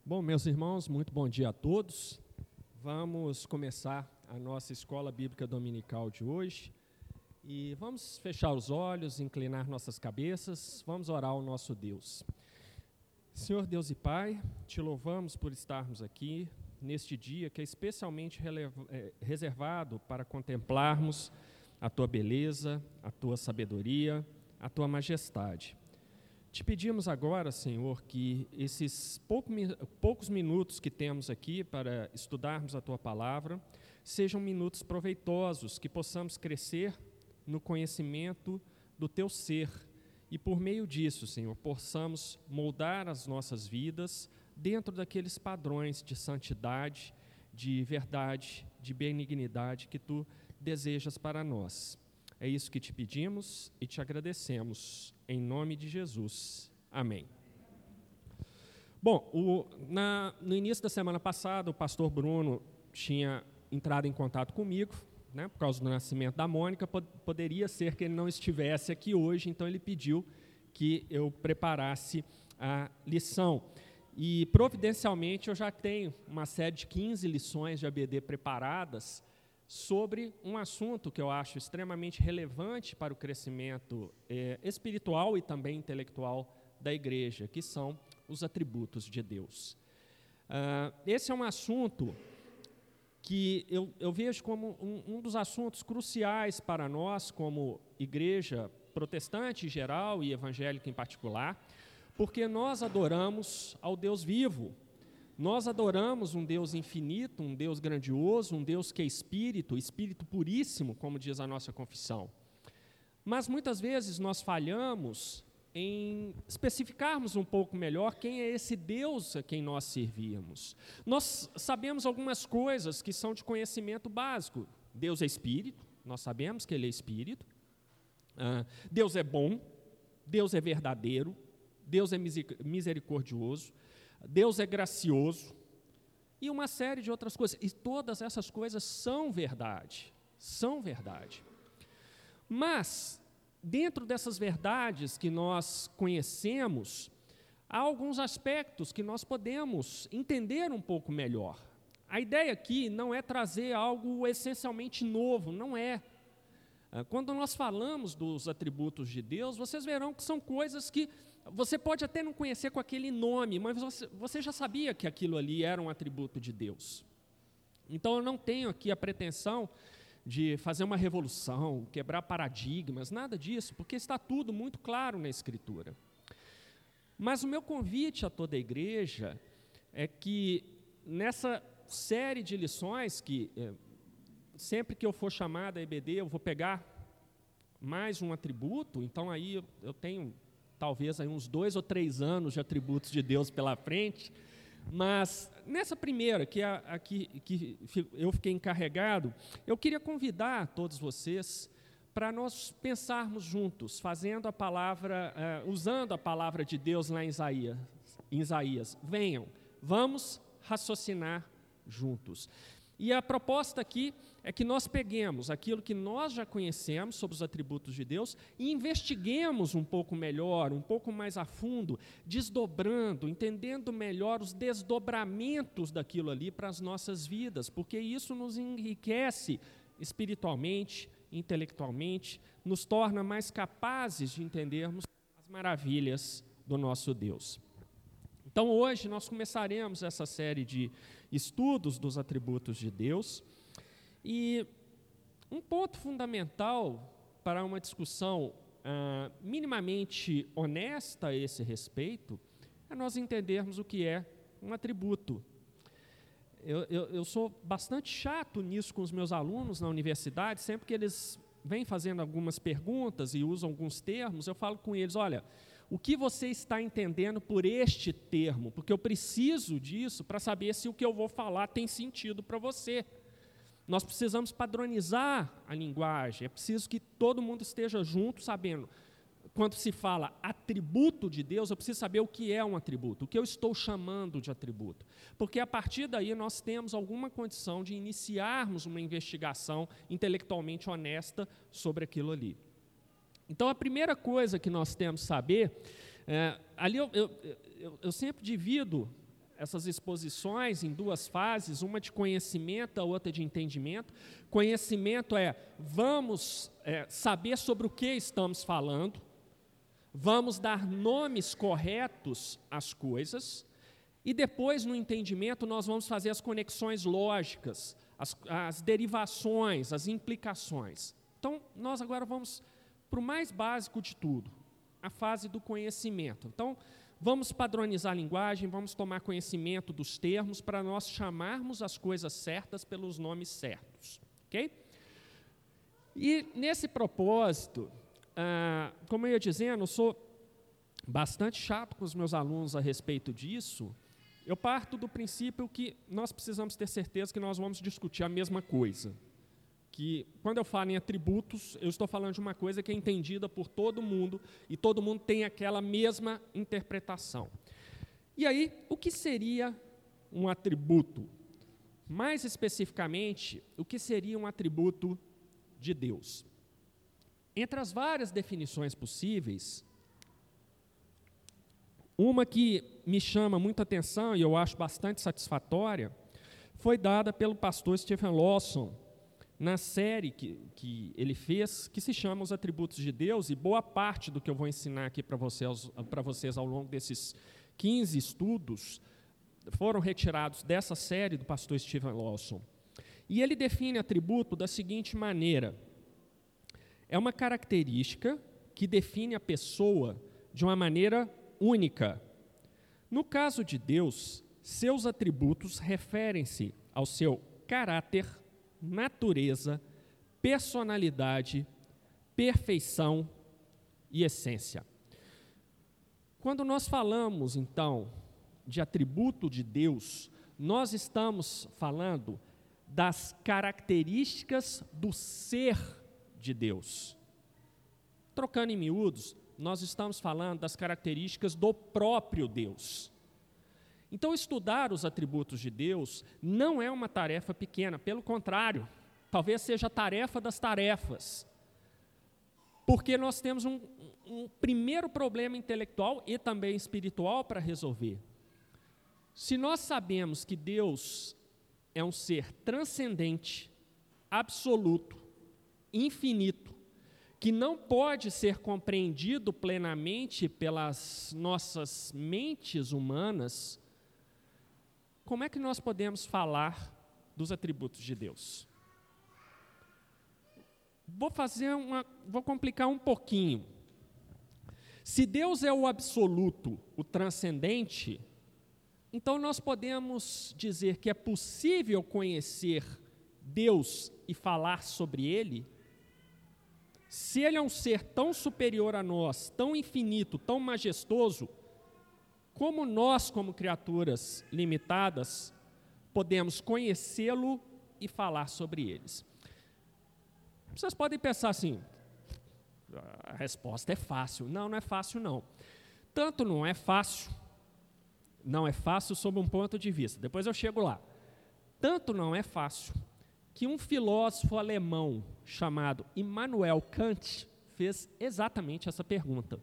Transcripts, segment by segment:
Bom, meus irmãos, muito bom dia a todos. Vamos começar a nossa escola bíblica dominical de hoje e vamos fechar os olhos, inclinar nossas cabeças, vamos orar ao nosso Deus. Senhor Deus e Pai, te louvamos por estarmos aqui neste dia que é especialmente reservado para contemplarmos a Tua beleza, a Tua sabedoria, a Tua majestade. Te pedimos agora, Senhor, que esses poucos minutos que temos aqui para estudarmos a Tua Palavra sejam minutos proveitosos, que possamos crescer no conhecimento do Teu ser e, por meio disso, Senhor, possamos moldar as nossas vidas dentro daqueles padrões de santidade, de verdade, de benignidade que Tu desejas para nós. É isso que te pedimos e te agradecemos, em nome de Jesus. Amém. Bom, no início da semana passada, o pastor Bruno tinha entrado em contato comigo, né, por causa do nascimento da Mônica. Poderia ser que ele não estivesse aqui hoje, então ele pediu que eu preparasse a lição. E, providencialmente, eu já tenho uma série de 15 lições de ABD preparadas sobre um assunto que eu acho extremamente relevante para o crescimento espiritual e também intelectual da igreja, que são os atributos de Deus. Esse é um assunto que eu vejo como um dos assuntos cruciais para nós, como igreja protestante em geral e evangélica em particular, porque nós adoramos ao Deus vivo. Nós adoramos um Deus infinito, um Deus grandioso, um Deus que é espírito, espírito puríssimo, como diz a nossa confissão. Mas muitas vezes nós falhamos em especificarmos um pouco melhor quem é esse Deus a quem nós servimos. Nós sabemos algumas coisas que são de conhecimento básico. Deus é espírito, nós sabemos que Ele é espírito. Deus é bom, Deus é verdadeiro, Deus é misericordioso, Deus é gracioso e uma série de outras coisas. E todas essas coisas são verdade, são verdade. Mas, dentro dessas verdades que nós conhecemos, há alguns aspectos que nós podemos entender um pouco melhor. A ideia aqui não é trazer algo essencialmente novo, não é. Quando nós falamos dos atributos de Deus, vocês verão que são coisas que você pode até não conhecer com aquele nome, mas você já sabia que aquilo ali era um atributo de Deus. Então, eu não tenho aqui a pretensão de fazer uma revolução, quebrar paradigmas, nada disso, porque está tudo muito claro na Escritura. Mas o meu convite a toda a igreja é que, nessa série de lições, que sempre que eu for chamado a EBD, eu vou pegar mais um atributo, então aí eu tenho talvez aí uns 2 ou 3 anos de atributos de Deus pela frente, mas nessa primeira, que eu fiquei encarregado, eu queria convidar todos vocês para nós pensarmos juntos, fazendo a palavra, usando a palavra de Deus lá em Isaías. Venham, vamos raciocinar juntos. E a proposta aqui é que nós peguemos aquilo que nós já conhecemos sobre os atributos de Deus e investiguemos um pouco melhor, um pouco mais a fundo, desdobrando, entendendo melhor os desdobramentos daquilo ali para as nossas vidas, porque isso nos enriquece espiritualmente, intelectualmente, nos torna mais capazes de entendermos as maravilhas do nosso Deus. Então, hoje, nós começaremos essa série de estudos dos atributos de Deus. E um ponto fundamental para uma discussão minimamente honesta a esse respeito é nós entendermos o que é um atributo. Eu sou bastante chato nisso com os meus alunos na universidade, sempre que eles vêm fazendo algumas perguntas e usam alguns termos, eu falo com eles, olha, o que você está entendendo por este termo? Porque eu preciso disso para saber se o que eu vou falar tem sentido para você. Nós precisamos padronizar a linguagem, é preciso que todo mundo esteja junto sabendo. Quando se fala atributo de Deus, eu preciso saber o que é um atributo, o que eu estou chamando de atributo. Porque a partir daí nós temos alguma condição de iniciarmos uma investigação intelectualmente honesta sobre aquilo ali. Então, a primeira coisa que nós temos que saber, ali eu sempre divido essas exposições em duas fases, uma de conhecimento, a outra de entendimento. Conhecimento vamos saber sobre o que estamos falando, vamos dar nomes corretos às coisas, e depois, no entendimento, nós vamos fazer as conexões lógicas, as derivações, as implicações. Então, nós agora vamos para o mais básico de tudo, a fase do conhecimento. Então, vamos padronizar a linguagem, vamos tomar conhecimento dos termos para nós chamarmos as coisas certas pelos nomes certos. Ok? E, nesse propósito, como eu ia dizendo, eu sou bastante chato com os meus alunos a respeito disso. Eu parto do princípio que nós precisamos ter certeza que nós vamos discutir a mesma coisa. Que, quando eu falo em atributos, eu estou falando de uma coisa que é entendida por todo mundo, e todo mundo tem aquela mesma interpretação. E aí, o que seria um atributo? Mais especificamente, o que seria um atributo de Deus? Entre as várias definições possíveis, uma que me chama muita atenção e eu acho bastante satisfatória, foi dada pelo pastor Stephen Lawson, na série que ele fez, que se chama Os Atributos de Deus, e boa parte do que eu vou ensinar aqui para vocês ao longo desses 15 estudos foram retirados dessa série do pastor Stephen Lawson. E ele define atributo da seguinte maneira: é uma característica que define a pessoa de uma maneira única. No caso de Deus, seus atributos referem-se ao seu caráter, natureza, personalidade, perfeição e essência. Quando nós falamos, então, de atributo de Deus, nós estamos falando das características do ser de Deus. Trocando em miúdos, nós estamos falando das características do próprio Deus. Então, estudar os atributos de Deus não é uma tarefa pequena, pelo contrário, talvez seja a tarefa das tarefas, porque nós temos um primeiro problema intelectual e também espiritual para resolver. Se nós sabemos que Deus é um ser transcendente, absoluto, infinito, que não pode ser compreendido plenamente pelas nossas mentes humanas, como é que nós podemos falar dos atributos de Deus? Vou complicar um pouquinho. Se Deus é o absoluto, o transcendente, então nós podemos dizer que é possível conhecer Deus e falar sobre Ele? Se Ele é um ser tão superior a nós, tão infinito, tão majestoso, como nós, como criaturas limitadas, podemos conhecê-lo e falar sobre eles? Vocês podem pensar assim, a resposta é fácil. Não, não é fácil não. Tanto não é fácil sob um ponto de vista, depois eu chego lá. Tanto não é fácil que um filósofo alemão chamado Immanuel Kant fez exatamente essa pergunta.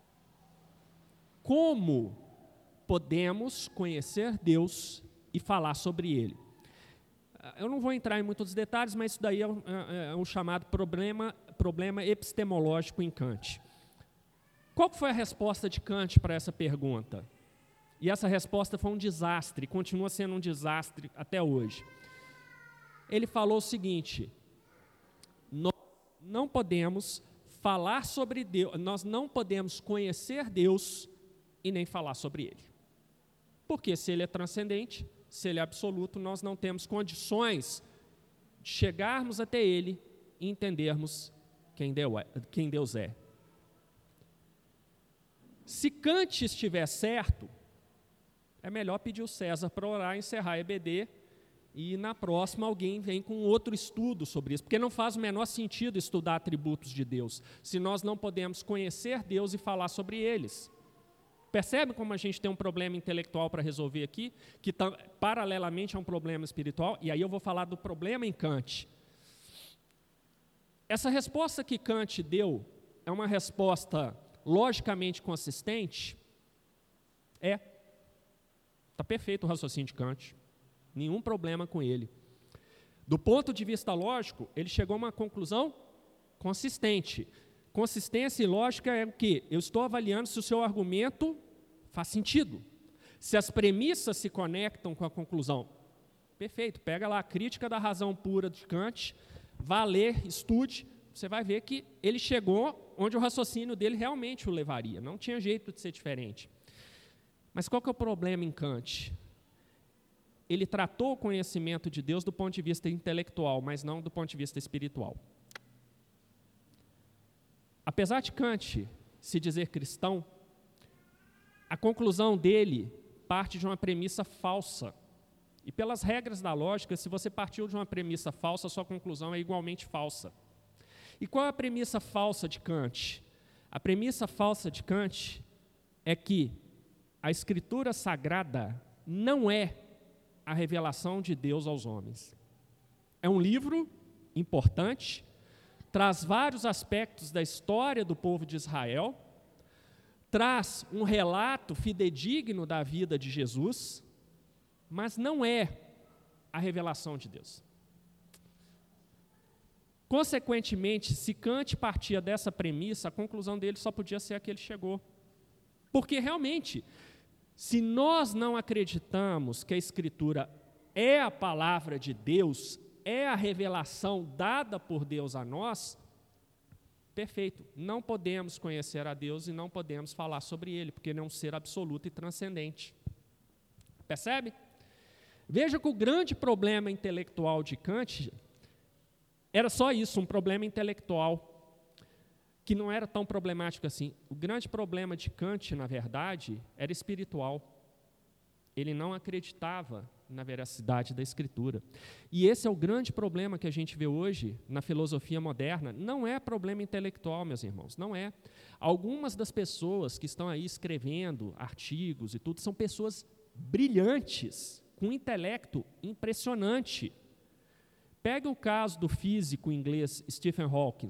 Como podemos conhecer Deus e falar sobre Ele? Eu não vou entrar em muitos detalhes, mas isso daí é um chamado problema epistemológico em Kant. Qual foi a resposta de Kant para essa pergunta? E essa resposta foi um desastre, continua sendo um desastre até hoje. Ele falou o seguinte: nós não podemos falar sobre Deus, nós não podemos conhecer Deus e nem falar sobre Ele. Porque se Ele é transcendente, se Ele é absoluto, nós não temos condições de chegarmos até Ele e entendermos quem Deus é. Se Kant estiver certo, é melhor pedir o César para orar, encerrar a EBD, e na próxima alguém vem com outro estudo sobre isso, porque não faz o menor sentido estudar atributos de Deus, se nós não podemos conhecer Deus e falar sobre eles. Percebe como a gente tem um problema intelectual para resolver aqui, que paralelamente é um problema espiritual, e aí eu vou falar do problema em Kant. Essa resposta que Kant deu é uma resposta logicamente consistente? Está perfeito o raciocínio de Kant. Nenhum problema com ele. Do ponto de vista lógico, ele chegou a uma conclusão consistente. Consistência e lógica é o quê? Eu estou avaliando se o seu argumento faz sentido. Se as premissas se conectam com a conclusão. Perfeito, pega lá a crítica da razão pura de Kant, vá ler, estude, você vai ver que ele chegou onde o raciocínio dele realmente o levaria. Não tinha jeito de ser diferente. Mas qual que é o problema em Kant? Ele tratou o conhecimento de Deus do ponto de vista intelectual, mas não do ponto de vista espiritual. Apesar de Kant se dizer cristão, a conclusão dele parte de uma premissa falsa. E pelas regras da lógica, se você partiu de uma premissa falsa, sua conclusão é igualmente falsa. E qual é a premissa falsa de Kant? A premissa falsa de Kant é que a Escritura Sagrada não é a revelação de Deus aos homens. É um livro importante, traz vários aspectos da história do povo de Israel, traz um relato fidedigno da vida de Jesus, mas não é a revelação de Deus. Consequentemente, se Kant partia dessa premissa, a conclusão dele só podia ser a que ele chegou. Porque realmente, se nós não acreditamos que a Escritura é a palavra de Deus, é a revelação dada por Deus a nós, perfeito, não podemos conhecer a Deus e não podemos falar sobre Ele, porque Ele é um ser absoluto e transcendente. Percebe? Veja que o grande problema intelectual de Kant era só isso, um problema intelectual, que não era tão problemático assim. O grande problema de Kant, na verdade, era espiritual. Ele não acreditava na veracidade da Escritura. E esse é o grande problema que a gente vê hoje na filosofia moderna. Não é problema intelectual, meus irmãos, não é. Algumas das pessoas que estão aí escrevendo artigos e tudo, são pessoas brilhantes, com um intelecto impressionante. Pega o caso do físico inglês Stephen Hawking,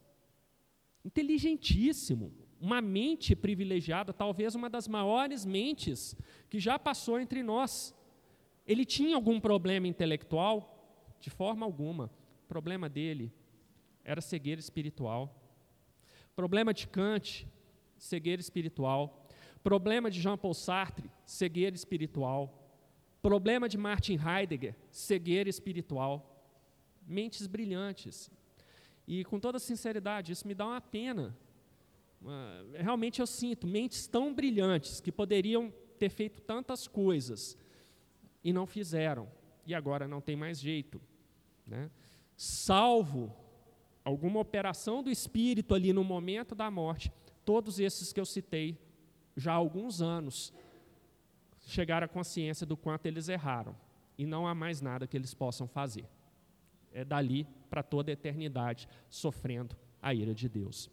inteligentíssimo, uma mente privilegiada, talvez uma das maiores mentes que já passou entre nós. Ele tinha algum problema intelectual? De forma alguma. O problema dele era cegueira espiritual. Problema de Kant, cegueira espiritual. Problema de Jean-Paul Sartre, cegueira espiritual. Problema de Martin Heidegger, cegueira espiritual. Mentes brilhantes. E, com toda sinceridade, isso me dá uma pena. Realmente eu sinto mentes tão brilhantes que poderiam ter feito tantas coisas e não fizeram. E agora não tem mais jeito, né? Salvo alguma operação do espírito ali no momento da morte, todos esses que eu citei já há alguns anos chegaram à consciência do quanto eles erraram. E não há mais nada que eles possam fazer. É dali para toda a eternidade, sofrendo a ira de Deus.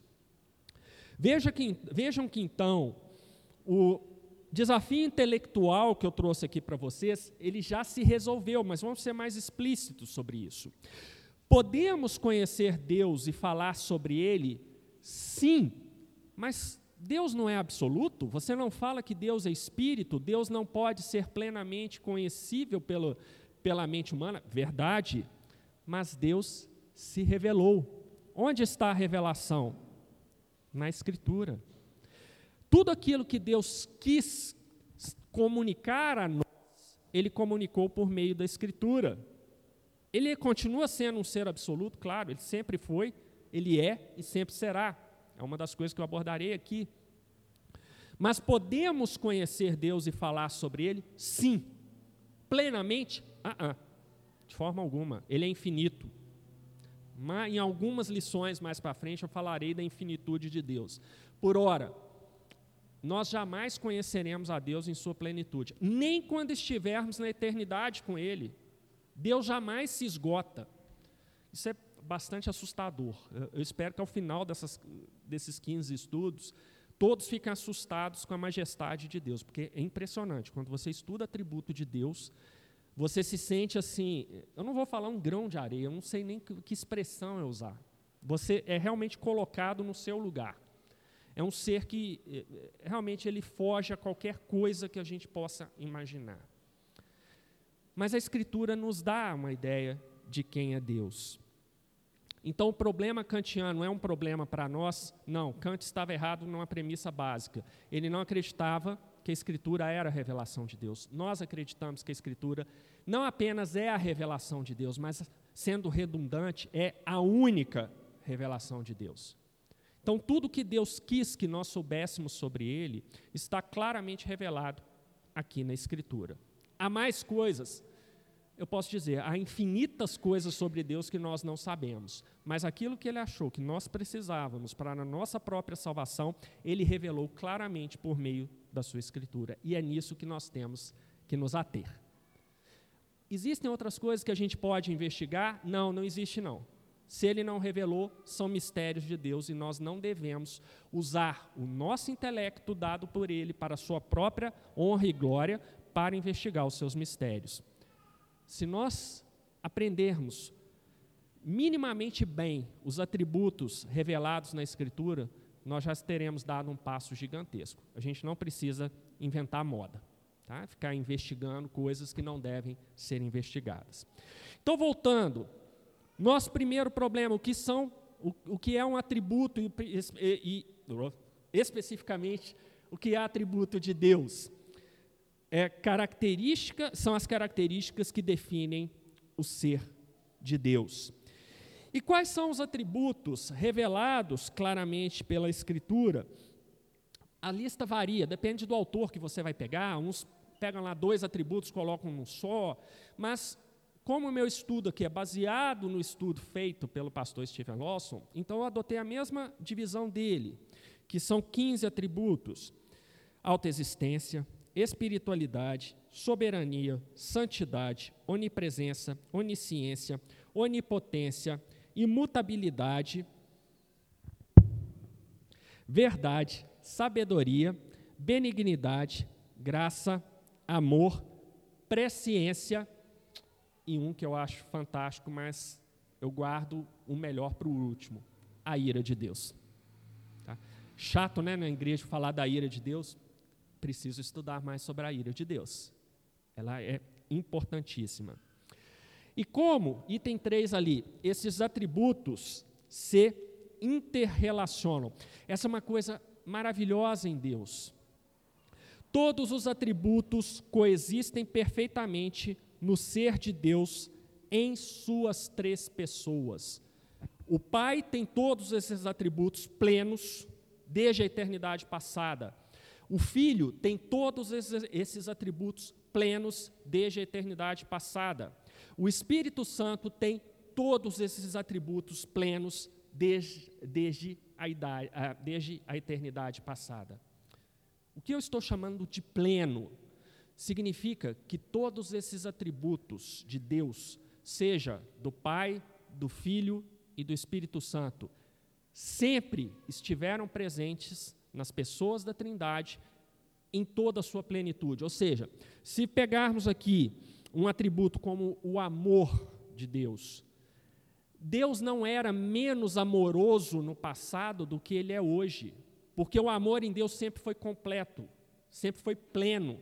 Vejam que, então, o desafio intelectual que eu trouxe aqui para vocês, ele já se resolveu, mas vamos ser mais explícitos sobre isso. Podemos conhecer Deus e falar sobre Ele? Sim, mas Deus não é absoluto? Você não fala que Deus é espírito? Deus não pode ser plenamente conhecível pela mente humana? Verdade. Mas Deus se revelou. Onde está a revelação? Na Escritura. Tudo aquilo que Deus quis comunicar a nós, Ele comunicou por meio da Escritura. Ele continua sendo um ser absoluto, claro, Ele sempre foi, Ele é e sempre será. É uma das coisas que eu abordarei aqui. Mas podemos conhecer Deus e falar sobre Ele? Sim. Plenamente? De forma alguma. Ele é infinito. Mas, em algumas lições mais para frente eu falarei da infinitude de Deus. Por ora, nós jamais conheceremos a Deus em sua plenitude, nem quando estivermos na eternidade com Ele. Deus jamais se esgota. Isso é bastante assustador. Eu espero que ao final desses 15 estudos, todos fiquem assustados com a majestade de Deus, porque é impressionante. Quando você estuda atributo de Deus, você se sente assim, eu não vou falar um grão de areia, eu não sei nem que expressão eu usar. Você é realmente colocado no seu lugar. É um ser que realmente ele foge a qualquer coisa que a gente possa imaginar. Mas a Escritura nos dá uma ideia de quem é Deus. Então, o problema kantiano não é um problema para nós? Não, Kant estava errado numa premissa básica. Ele não acreditava que a Escritura era a revelação de Deus. Nós acreditamos que a Escritura não apenas é a revelação de Deus, mas, sendo redundante, é a única revelação de Deus. Então, tudo que Deus quis que nós soubéssemos sobre Ele está claramente revelado aqui na Escritura. Há mais coisas, eu posso dizer, há infinitas coisas sobre Deus que nós não sabemos, mas aquilo que Ele achou que nós precisávamos para a nossa própria salvação, Ele revelou claramente por meio da sua Escritura, e é nisso que nós temos que nos ater. Existem outras coisas que a gente pode investigar? Não, não existe não. Se Ele não revelou, são mistérios de Deus e nós não devemos usar o nosso intelecto dado por Ele para a sua própria honra e glória para investigar os seus mistérios. Se nós aprendermos minimamente bem os atributos revelados na Escritura, nós já teremos dado um passo gigantesco. A gente não precisa inventar moda, tá? Ficar investigando coisas que não devem ser investigadas. Então, voltando, nosso primeiro problema, o que é um atributo e especificamente o que é atributo de Deus? São as características que definem o ser de Deus. E quais são os atributos revelados claramente pela Escritura? A lista varia, depende do autor que você vai pegar. Uns pegam lá 2 atributos, colocam num só, mas como o meu estudo aqui é baseado no estudo feito pelo pastor Steven Lawson, então eu adotei a mesma divisão dele, que são 15 atributos: autoexistência, espiritualidade, soberania, santidade, onipresença, onisciência, onipotência, imutabilidade, verdade, sabedoria, benignidade, graça, amor, presciência, e um que eu acho fantástico, mas eu guardo o melhor para o último: a ira de Deus. Tá? Chato, né, na igreja falar da ira de Deus? Preciso estudar mais sobre a ira de Deus. Ela é importantíssima. E como, item 3 ali, esses atributos se interrelacionam. Essa é uma coisa maravilhosa em Deus. Todos os atributos coexistem perfeitamente no ser de Deus em suas 3 pessoas. O Pai tem todos esses atributos plenos desde a eternidade passada. O Filho tem todos esses atributos plenos desde a eternidade passada. O Espírito Santo tem todos esses atributos plenos desde a eternidade passada. O que eu estou chamando de pleno significa que todos esses atributos de Deus, seja do Pai, do Filho e do Espírito Santo, sempre estiveram presentes nas pessoas da Trindade em toda a sua plenitude. Ou seja, se pegarmos aqui um atributo como o amor de Deus, Deus não era menos amoroso no passado do que Ele é hoje, porque o amor em Deus sempre foi completo, sempre foi pleno.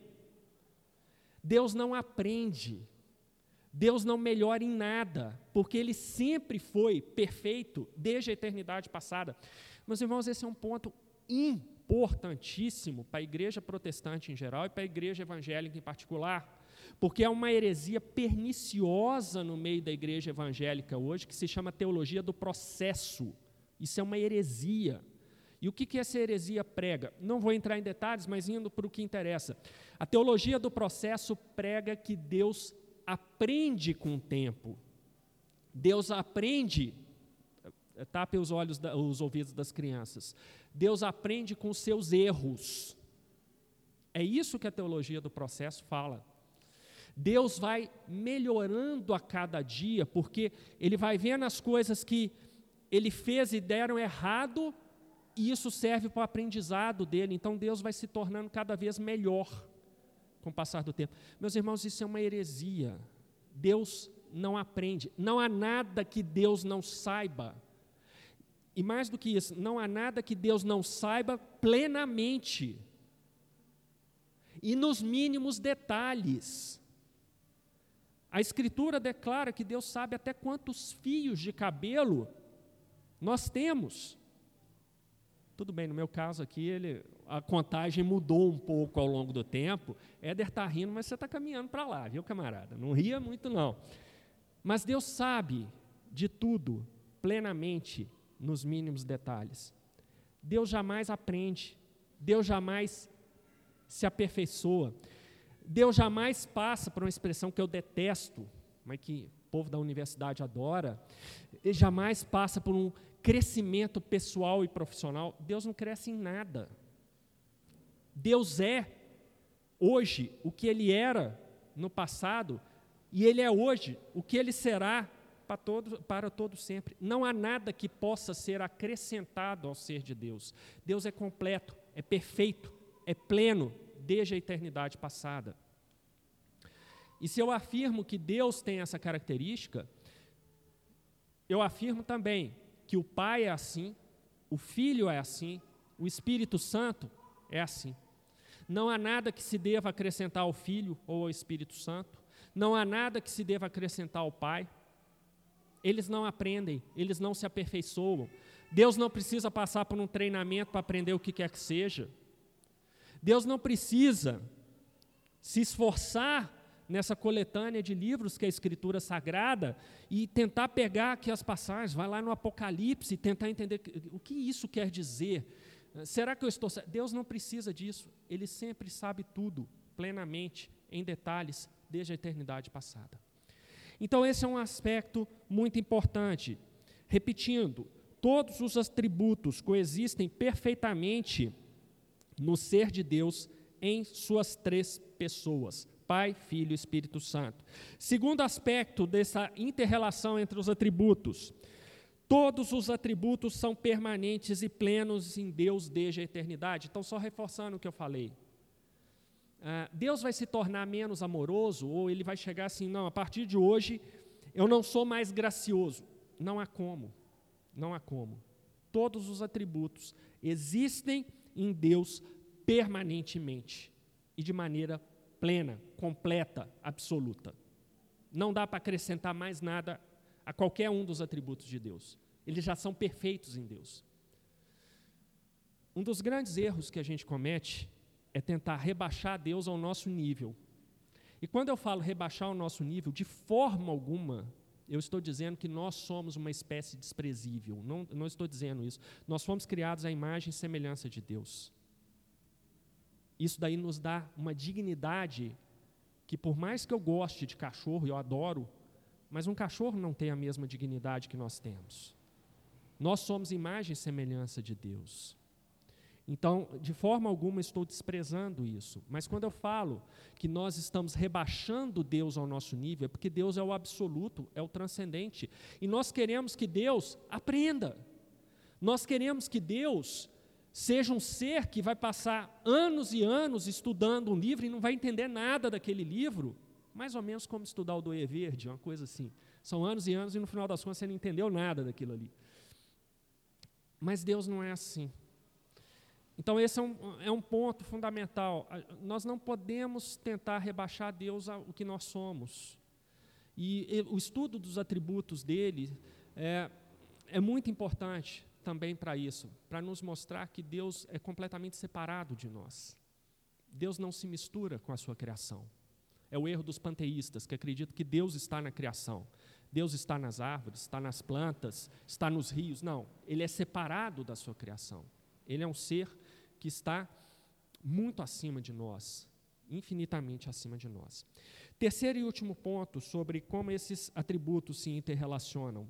Deus não aprende, Deus não melhora em nada, porque Ele sempre foi perfeito desde a eternidade passada. Meus irmãos, esse é um ponto importantíssimo para a igreja protestante em geral e para a igreja evangélica em particular, porque é uma heresia perniciosa no meio da igreja evangélica hoje, que se chama teologia do processo. Isso é uma heresia. E o que essa heresia prega? Não vou entrar em detalhes, mas indo para o que interessa. A teologia do processo prega que Deus aprende com o tempo. Deus aprende, tape os ouvidos das crianças. Deus aprende com os seus erros. É isso que a teologia do processo fala. Deus vai melhorando a cada dia, porque Ele vai vendo as coisas que Ele fez e deram errado, e isso serve para o aprendizado dele. Então Deus vai se tornando cada vez melhor com o passar do tempo. Meus irmãos, isso é uma heresia. Deus não aprende. Não há nada que Deus não saiba. E mais do que isso, não há nada que Deus não saiba plenamente. E nos mínimos detalhes. A Escritura declara que Deus sabe até quantos fios de cabelo nós temos. Tudo bem, no meu caso aqui, a contagem mudou um pouco ao longo do tempo. Éder está rindo, mas você está caminhando para lá, viu, camarada? Não ria muito, não. Mas Deus sabe de tudo, plenamente, nos mínimos detalhes. Deus jamais aprende, Deus jamais se aperfeiçoa. Deus jamais passa por uma expressão que eu detesto, mas que o povo da universidade adora. Ele jamais passa por um crescimento pessoal e profissional. Deus não cresce em nada. Deus é, hoje, o que Ele era no passado, e Ele é hoje o que Ele será para todo sempre. Não há nada que possa ser acrescentado ao ser de Deus. Deus é completo, é perfeito, é pleno, desde a eternidade passada. E se eu afirmo que Deus tem essa característica, eu afirmo também que o Pai é assim, o Filho é assim, o Espírito Santo é assim. Não há nada que se deva acrescentar ao Filho ou ao Espírito Santo, não há nada que se deva acrescentar ao Pai. Eles não aprendem, eles não se aperfeiçoam. Deus não precisa passar por um treinamento para aprender o que quer que seja. Deus não precisa se esforçar nessa coletânea de livros que é a Escritura Sagrada e tentar pegar aqui as passagens, vai lá no Apocalipse e tentar entender o que isso quer dizer. Será que eu estou certo? Deus não precisa disso. Ele sempre sabe tudo, plenamente, em detalhes, desde a eternidade passada. Então, esse é um aspecto muito importante. Repetindo, todos os atributos coexistem perfeitamente no ser de Deus em suas três pessoas, Pai, Filho e Espírito Santo. Segundo aspecto dessa inter-relação entre os atributos, todos os atributos são permanentes e plenos em Deus desde a eternidade. Então, só reforçando o que eu falei. Deus vai se tornar menos amoroso, ou Ele vai chegar assim, não, a partir de hoje eu não sou mais gracioso. Não há como, não há como. Todos os atributos existem em Deus permanentemente e de maneira plena, completa, absoluta. Não dá para acrescentar mais nada a qualquer um dos atributos de Deus. Eles já são perfeitos em Deus. Um dos grandes erros que a gente comete é tentar rebaixar Deus ao nosso nível. E quando eu falo rebaixar ao nosso nível, de forma alguma, eu estou dizendo que nós somos uma espécie desprezível. Não estou dizendo isso. Nós fomos criados à imagem e semelhança de Deus. Isso daí nos dá uma dignidade que, por mais que eu goste de cachorro, eu adoro, mas um cachorro não tem a mesma dignidade que nós temos. Nós somos imagem e semelhança de Deus. Então, de forma alguma estou desprezando isso, mas quando eu falo que nós estamos rebaixando Deus ao nosso nível, é porque Deus é o absoluto, é o transcendente, e nós queremos que Deus aprenda, nós queremos que Deus seja um ser que vai passar anos e anos estudando um livro e não vai entender nada daquele livro, mais ou menos como estudar o Doer Verde, uma coisa assim, são anos e anos e no final das contas você não entendeu nada daquilo ali. Mas Deus não é assim. Então, esse é um ponto fundamental. Nós não podemos tentar rebaixar Deus ao que nós somos. E o estudo dos atributos dele é muito importante também para isso, para nos mostrar que Deus é completamente separado de nós. Deus não se mistura com a sua criação. É o erro dos panteístas, que acreditam que Deus está na criação. Deus está nas árvores, está nas plantas, está nos rios. Não, Ele é separado da sua criação. Ele é um ser que está muito acima de nós, infinitamente acima de nós. Terceiro e último ponto sobre como esses atributos se interrelacionam.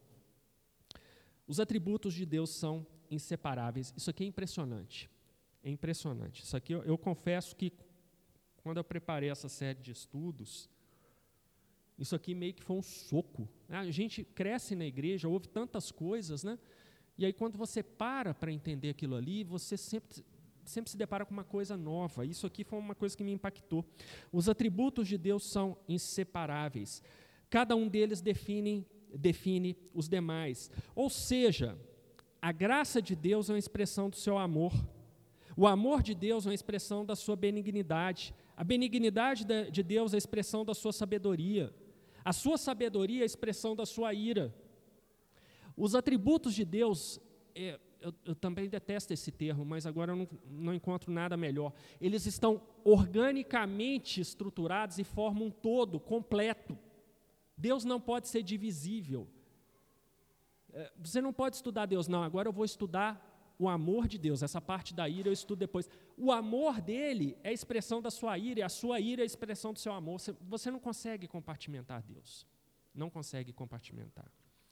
Os atributos de Deus são inseparáveis. Isso aqui é impressionante. É impressionante. Isso aqui eu confesso que quando eu preparei essa série de estudos, isso aqui meio que foi um soco. A gente cresce na igreja, ouve tantas coisas, né? E aí, quando você para entender aquilo ali, você sempre se depara com uma coisa nova. Isso aqui foi uma coisa que me impactou. Os atributos de Deus são inseparáveis. Cada um deles define os demais. Ou seja, a graça de Deus é uma expressão do seu amor. O amor de Deus é uma expressão da sua benignidade. A benignidade de Deus é a expressão da sua sabedoria. A sua sabedoria é a expressão da sua ira. Os atributos de Deus, eu também detesto esse termo, mas agora eu não encontro nada melhor. Eles estão organicamente estruturados e formam um todo completo. Deus não pode ser divisível. Você não pode estudar Deus, não, agora eu vou estudar o amor de Deus, essa parte da ira eu estudo depois. O amor dele é a expressão da sua ira, e a sua ira é a expressão do seu amor. Você não consegue compartimentar Deus. Não consegue compartimentar.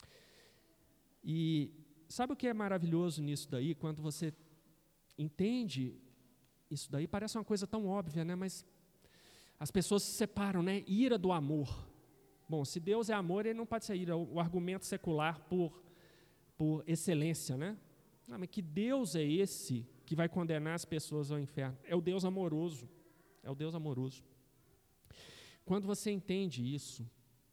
E sabe o que é maravilhoso nisso daí? Quando você entende isso daí, parece uma coisa tão óbvia, né? Mas as pessoas se separam, né? Ira do amor. Bom, se Deus é amor, ele não pode ser ira. O argumento secular por excelência, né? Não, mas que Deus é esse que vai condenar as pessoas ao inferno? É o Deus amoroso. É o Deus amoroso. Quando você entende isso,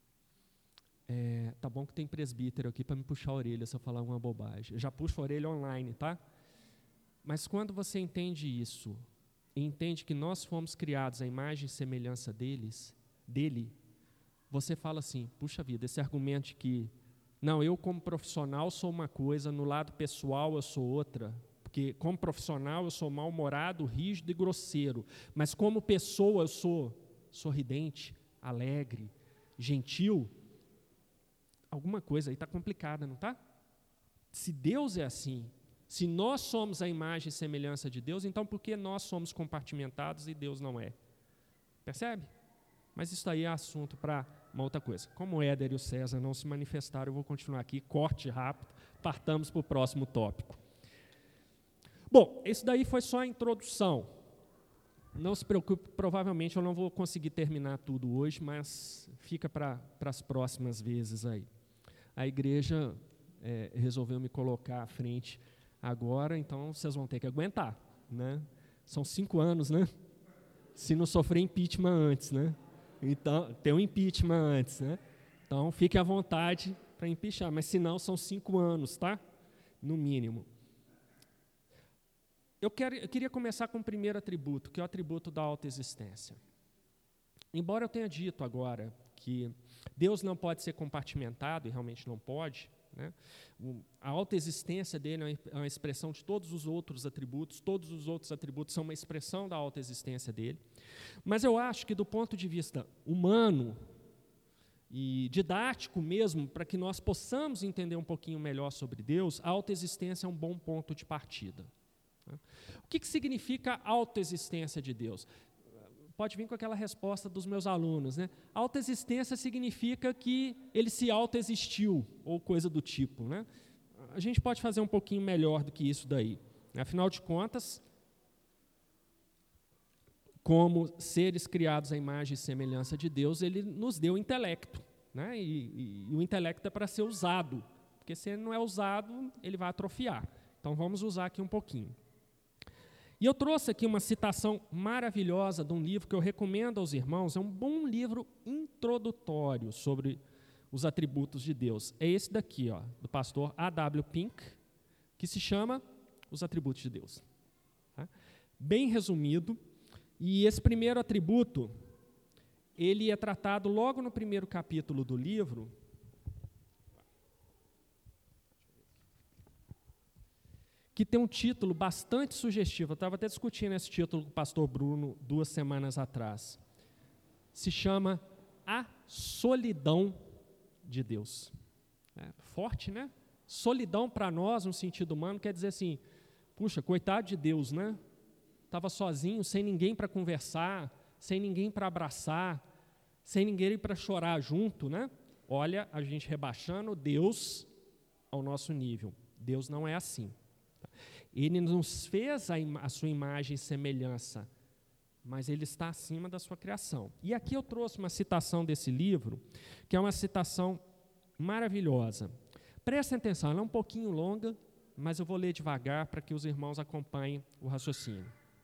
tá bom que tem presbítero aqui para me puxar a orelha se eu falar uma bobagem. Eu já puxo a orelha online, tá? Mas quando você entende isso, e entende que nós fomos criados à imagem e semelhança dele, você fala assim, puxa vida, esse argumento de que não, eu como profissional sou uma coisa, no lado pessoal eu sou outra, porque como profissional eu sou mal-humorado, rígido e grosseiro, mas como pessoa eu sou sorridente, alegre, gentil. Alguma coisa aí está complicada, não está? Se Deus é assim, se nós somos a imagem e semelhança de Deus, então por que nós somos compartimentados e Deus não é? Percebe? Mas isso aí é assunto para uma outra coisa. Como o Éder e o César não se manifestaram, eu vou continuar aqui, corte rápido, partamos para o próximo tópico. Bom, isso daí foi só a introdução. Não se preocupe, provavelmente eu não vou conseguir terminar tudo hoje, mas fica para as próximas vezes aí. A igreja resolveu me colocar à frente agora, então vocês vão ter que aguentar, né? São 5 anos, né? Se não sofrer impeachment antes, né? Então, tem um impeachment antes, né? Então, fique à vontade para impeachar, mas se não, são 5 anos, tá? No mínimo. Eu queria começar com o primeiro atributo, que é o atributo da autoexistência. Embora eu tenha dito agora que Deus não pode ser compartimentado, e realmente não pode, né? A autoexistência dele é uma expressão de todos os outros atributos são uma expressão da autoexistência dele. Mas eu acho que do ponto de vista humano e didático mesmo, para que nós possamos entender um pouquinho melhor sobre Deus, a autoexistência é um bom ponto de partida. O que significa a autoexistência de Deus? Pode vir com aquela resposta dos meus alunos, né? Autoexistência significa que ele se autoexistiu, ou coisa do tipo, né? A gente pode fazer um pouquinho melhor do que isso daí. Afinal de contas, como seres criados à imagem e semelhança de Deus, ele nos deu intelecto, né? E o intelecto é para ser usado, porque se ele não é usado, ele vai atrofiar. Então, vamos usar aqui um pouquinho. E eu trouxe aqui uma citação maravilhosa de um livro que eu recomendo aos irmãos, é um bom livro introdutório sobre os atributos de Deus. É esse daqui, ó, do pastor A.W. Pink, que se chama Os Atributos de Deus. Tá? Bem resumido, e esse primeiro atributo, ele é tratado logo no primeiro capítulo do livro, que tem um título bastante sugestivo. Eu estava até discutindo esse título com o pastor Bruno 2 semanas atrás. Se chama A Solidão de Deus. Forte, né? Solidão para nós, no sentido humano, quer dizer assim, puxa, coitado de Deus, né? Estava sozinho, sem ninguém para conversar, sem ninguém para abraçar, sem ninguém para chorar junto, né? Olha, a gente rebaixando Deus ao nosso nível. Deus não é assim. Ele nos fez a sua imagem e semelhança, mas ele está acima da sua criação. E aqui eu trouxe uma citação desse livro, que é uma citação maravilhosa. Prestem atenção, ela é um pouquinho longa, mas eu vou ler devagar para que os irmãos acompanhem o raciocínio.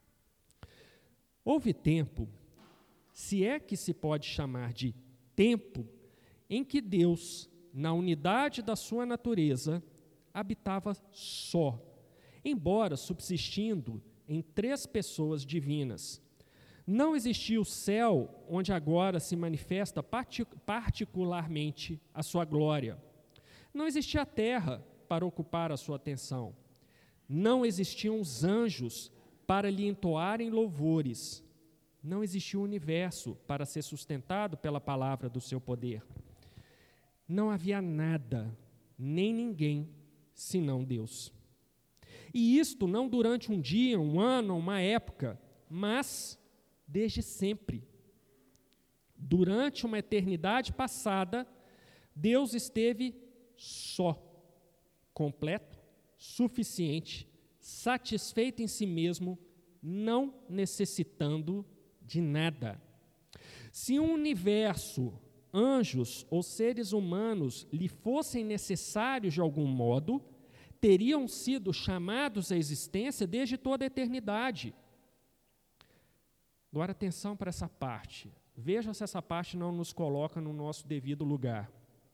Houve tempo, se é que se pode chamar de tempo, em que Deus, na unidade da sua natureza, habitava só, embora subsistindo em 3 pessoas divinas. Não existia o céu, onde agora se manifesta particularmente a sua glória. Não existia a terra para ocupar a sua atenção. Não existiam os anjos para lhe entoarem louvores. Não existia o universo para ser sustentado pela palavra do seu poder. Não havia nada, nem ninguém, senão Deus. E isto não durante um dia, um ano, uma época, mas desde sempre. Durante uma eternidade passada, Deus esteve só, completo, suficiente, satisfeito em si mesmo, não necessitando de nada. Se um universo, anjos ou seres humanos lhe fossem necessários de algum modo, teriam sido chamados à existência desde toda a eternidade. Agora, atenção para essa parte. Veja se essa parte não nos coloca no nosso devido lugar.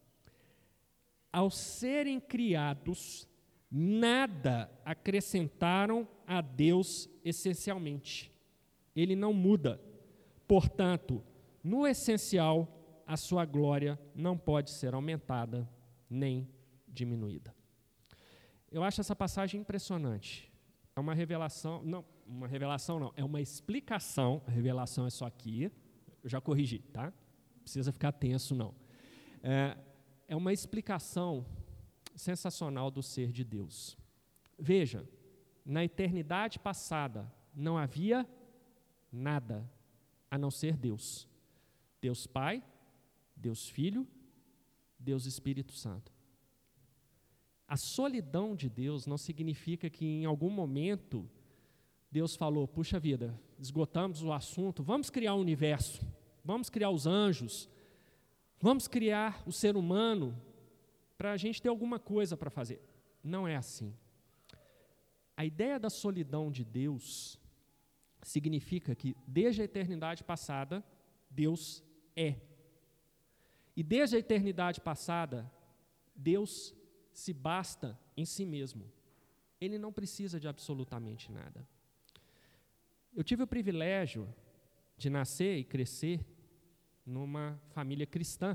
Ao serem criados, nada acrescentaram a Deus essencialmente. Ele não muda. Portanto, no essencial, a sua glória não pode ser aumentada nem diminuída. Eu acho essa passagem impressionante. É uma revelação, não, é uma explicação. A revelação é só aqui. Eu já corrigi, tá? Não precisa ficar tenso, não. É uma explicação sensacional do ser de Deus. Veja, na eternidade passada não havia nada a não ser Deus. Deus Pai, Deus Filho, Deus Espírito Santo. A solidão de Deus não significa que em algum momento Deus falou, puxa vida, esgotamos o assunto, vamos criar o universo, vamos criar os anjos, vamos criar o ser humano para a gente ter alguma coisa para fazer. Não é assim. A ideia da solidão de Deus significa que desde a eternidade passada, Deus é. E desde a eternidade passada, Deus se basta em si mesmo. Ele não precisa de absolutamente nada. Eu tive o privilégio de nascer e crescer numa família cristã.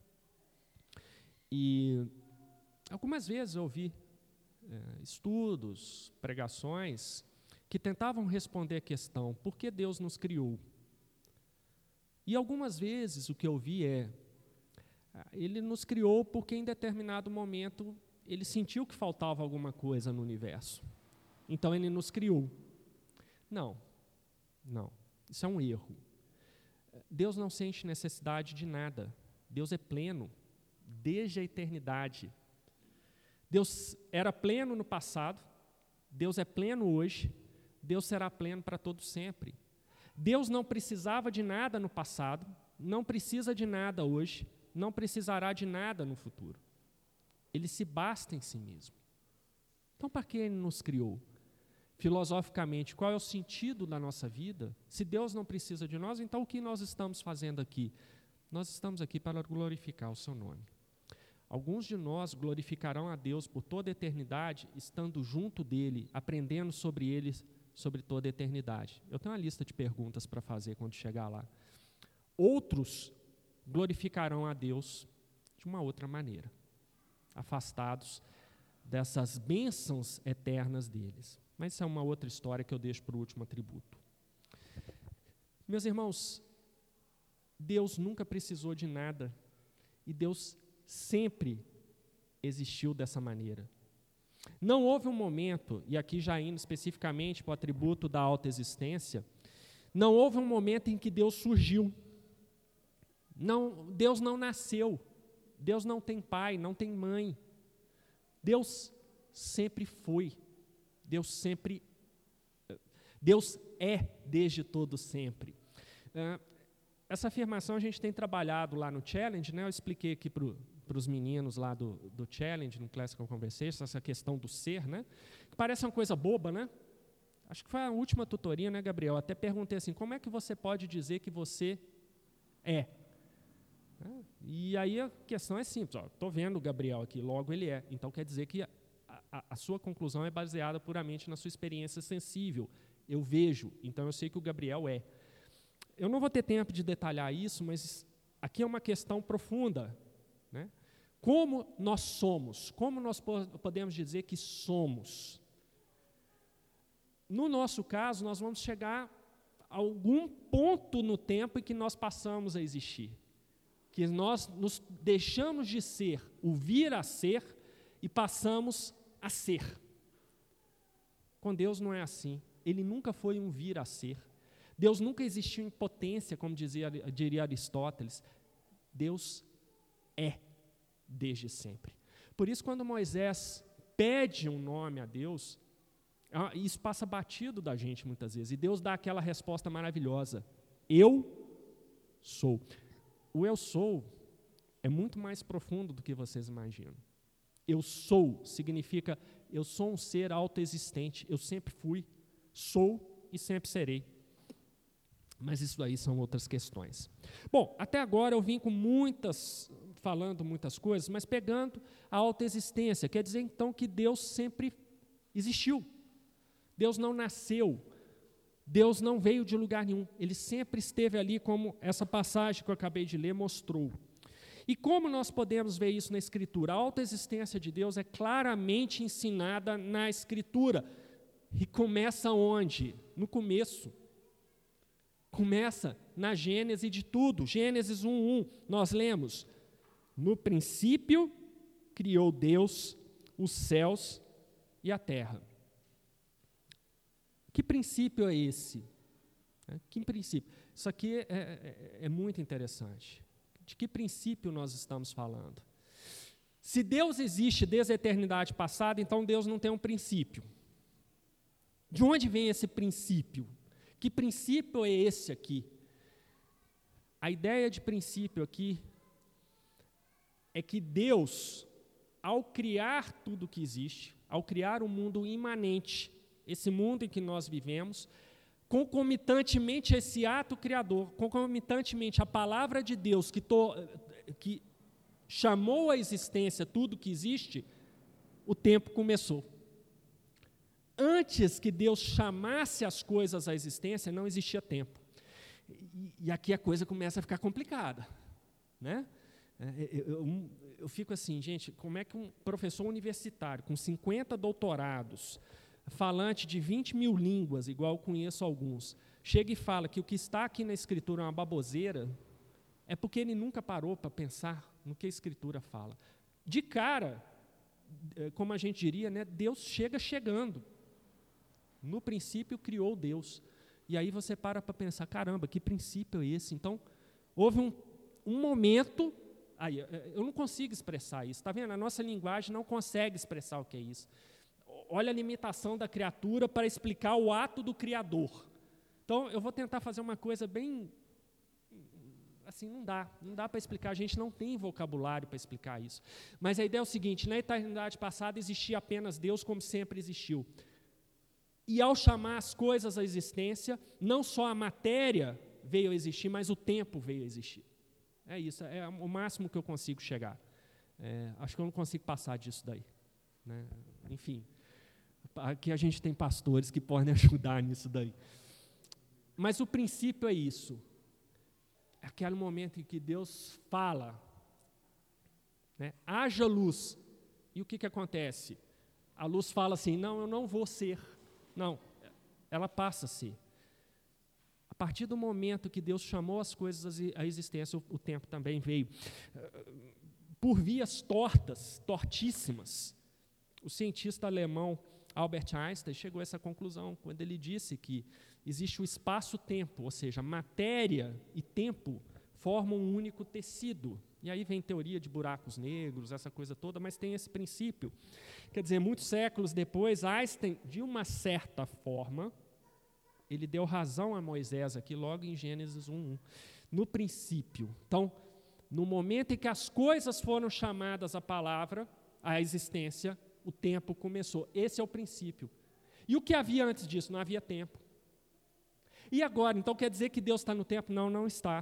E algumas vezes eu ouvi estudos, pregações, que tentavam responder a questão, por que Deus nos criou? E algumas vezes o que eu vi Ele nos criou porque em determinado momento Ele sentiu que faltava alguma coisa no universo. Então Ele nos criou. Não, isso é um erro. Deus não sente necessidade de nada. Deus é pleno, desde a eternidade. Deus era pleno no passado, Deus é pleno hoje, Deus será pleno para todo sempre. Deus não precisava de nada no passado, não precisa de nada hoje, não precisará de nada no futuro. Ele se basta em si mesmo. Então, para que Ele nos criou? Filosoficamente, qual é o sentido da nossa vida? Se Deus não precisa de nós, então o que nós estamos fazendo aqui? Nós estamos aqui para glorificar o seu nome. Alguns de nós glorificarão a Deus por toda a eternidade, estando junto dEle, aprendendo sobre Ele, sobre toda a eternidade. Eu tenho uma lista de perguntas para fazer quando chegar lá. Outros glorificarão a Deus de uma outra maneira, afastados dessas bênçãos eternas deles. Mas isso é uma outra história que eu deixo para o último atributo. Meus irmãos, Deus nunca precisou de nada e Deus sempre existiu dessa maneira. Não houve um momento, e aqui já indo especificamente para o atributo da autoexistência, não houve um momento em que Deus surgiu. Não, Deus não nasceu. Deus não tem pai, não tem mãe. Deus sempre foi. Deus é desde todo sempre. Essa afirmação a gente tem trabalhado lá no Challenge, né? Eu expliquei aqui para os meninos lá do Challenge, no Classical Conversation, essa questão do ser, né? Que parece uma coisa boba, né? Acho que foi a última tutoria, né, Gabriel? Eu até perguntei assim, como é que você pode dizer que você é? E aí a questão é simples, estou vendo o Gabriel aqui, logo ele é. Então quer dizer que a sua conclusão é baseada puramente na sua experiência sensível. Eu vejo, então eu sei que o Gabriel é. Eu não vou ter tempo de detalhar isso, mas aqui é uma questão profunda, né? Como nós somos? Como nós podemos dizer que somos? No nosso caso, nós vamos chegar a algum ponto no tempo em que nós passamos a existir, que nós nos deixamos de ser o vir a ser e passamos a ser. Com Deus não é assim. Ele nunca foi um vir a ser. Deus nunca existiu em potência, como diria Aristóteles. Deus é desde sempre. Por isso, quando Moisés pede um nome a Deus, isso passa batido da gente muitas vezes. E Deus dá aquela resposta maravilhosa. Eu sou. O eu sou é muito mais profundo do que vocês imaginam. Eu sou significa eu sou um ser autoexistente. Eu sempre fui, sou e sempre serei. Mas isso aí são outras questões. Bom, até agora eu vim falando muitas coisas, mas pegando a autoexistência. Quer dizer, então, que Deus sempre existiu. Deus não nasceu. Deus não veio de lugar nenhum. Ele sempre esteve ali, como essa passagem que eu acabei de ler mostrou. E como nós podemos ver isso na Escritura? A autoexistência de Deus é claramente ensinada na Escritura. E começa onde? No começo. Começa na Gênese de tudo. Gênesis 1:1, nós lemos: no princípio criou Deus os céus e a terra. Que princípio é esse? Que princípio? Isso aqui é muito interessante. De que princípio nós estamos falando? Se Deus existe desde a eternidade passada, então Deus não tem um princípio. De onde vem esse princípio? Que princípio é esse aqui? A ideia de princípio aqui é que Deus, ao criar tudo que existe, ao criar o mundo imanente, esse mundo em que nós vivemos, concomitantemente a esse ato criador, concomitantemente a palavra de Deus que chamou à existência tudo que existe, o tempo começou. Antes que Deus chamasse as coisas à existência, não existia tempo. E aqui a coisa começa a ficar complicada, né? Eu fico assim, gente, como é que um professor universitário com 50 doutorados, falante de 20 mil línguas, igual eu conheço alguns, chega e fala que o que está aqui na Escritura é uma baboseira, é porque ele nunca parou para pensar no que a Escritura fala. De cara, como a gente diria, né, Deus chega chegando. No princípio criou Deus. E aí você para pensar, caramba, que princípio é esse? Então, houve um momento, aí eu não consigo expressar isso, está vendo? A nossa linguagem não consegue expressar o que é isso. Olha a limitação da criatura para explicar o ato do Criador. Então, eu vou tentar fazer uma coisa bem, assim, não dá para explicar, a gente não tem vocabulário para explicar isso. Mas a ideia é o seguinte, na eternidade passada existia apenas Deus como sempre existiu. E ao chamar as coisas à existência, não só a matéria veio a existir, mas o tempo veio a existir. É isso, é o máximo que eu consigo chegar. Acho que eu não consigo passar disso daí, né? Enfim, aqui a gente tem pastores que podem ajudar nisso daí. Mas o princípio é isso. É aquele momento em que Deus fala, né? Haja luz. E o que acontece? A luz fala assim, não, eu não vou ser. Não, ela passa a ser. A partir do momento que Deus chamou as coisas à existência, o tempo também veio. Por vias tortíssimas, o cientista alemão Albert Einstein chegou a essa conclusão quando ele disse que existe o espaço-tempo, ou seja, matéria e tempo formam um único tecido. E aí vem teoria de buracos negros, essa coisa toda, mas tem esse princípio. Quer dizer, muitos séculos depois, Einstein, de uma certa forma, ele deu razão a Moisés aqui, logo em Gênesis 1:1. No princípio. Então, no momento em que as coisas foram chamadas à palavra, à existência, o tempo começou. Esse é o princípio. E o que havia antes disso? Não havia tempo. E agora, então quer dizer que Deus está no tempo? Não, não está.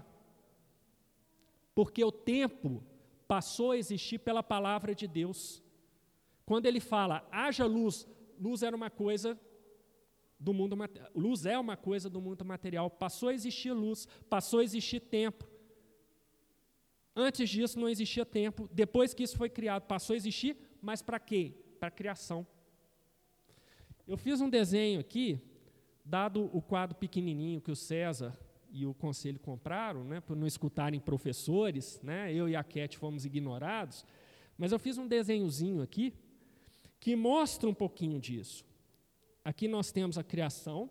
Porque o tempo passou a existir pela palavra de Deus. Quando ele fala, haja luz, luz era uma coisa do mundo material. Luz é uma coisa do mundo material. Passou a existir luz, passou a existir tempo. Antes disso não existia tempo. Depois que isso foi criado, passou a existir, mas para quê? Para a criação. Eu fiz um desenho aqui, dado o quadro pequenininho que o César e o conselho compraram, né, por não escutarem professores, né, eu e a Cat fomos ignorados, mas eu fiz um desenhozinho aqui que mostra um pouquinho disso. Aqui nós temos a criação.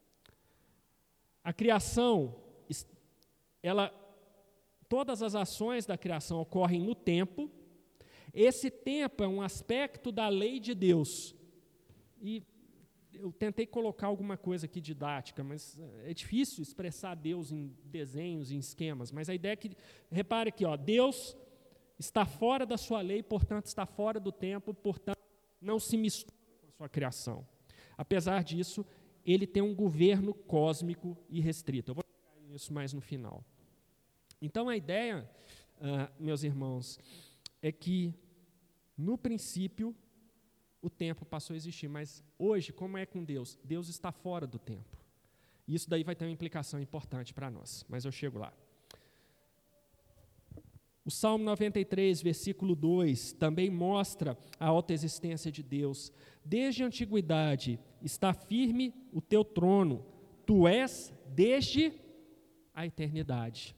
A criação, todas as ações da criação ocorrem no tempo. Esse tempo é um aspecto da lei de Deus. E eu tentei colocar alguma coisa aqui didática, mas é difícil expressar Deus em desenhos, em esquemas. Mas a ideia é que, repare aqui, ó, Deus está fora da sua lei, portanto está fora do tempo, portanto não se mistura com a sua criação. Apesar disso, ele tem um governo cósmico e restrito. Eu vou explicar isso mais no final. Então a ideia, meus irmãos, é que no princípio o tempo passou a existir, mas hoje, como é com Deus? Deus está fora do tempo. Isso daí vai ter uma implicação importante para nós, mas eu chego lá. O Salmo 93, versículo 2, também mostra a autoexistência de Deus. Desde a antiguidade está firme o teu trono, tu és desde a eternidade.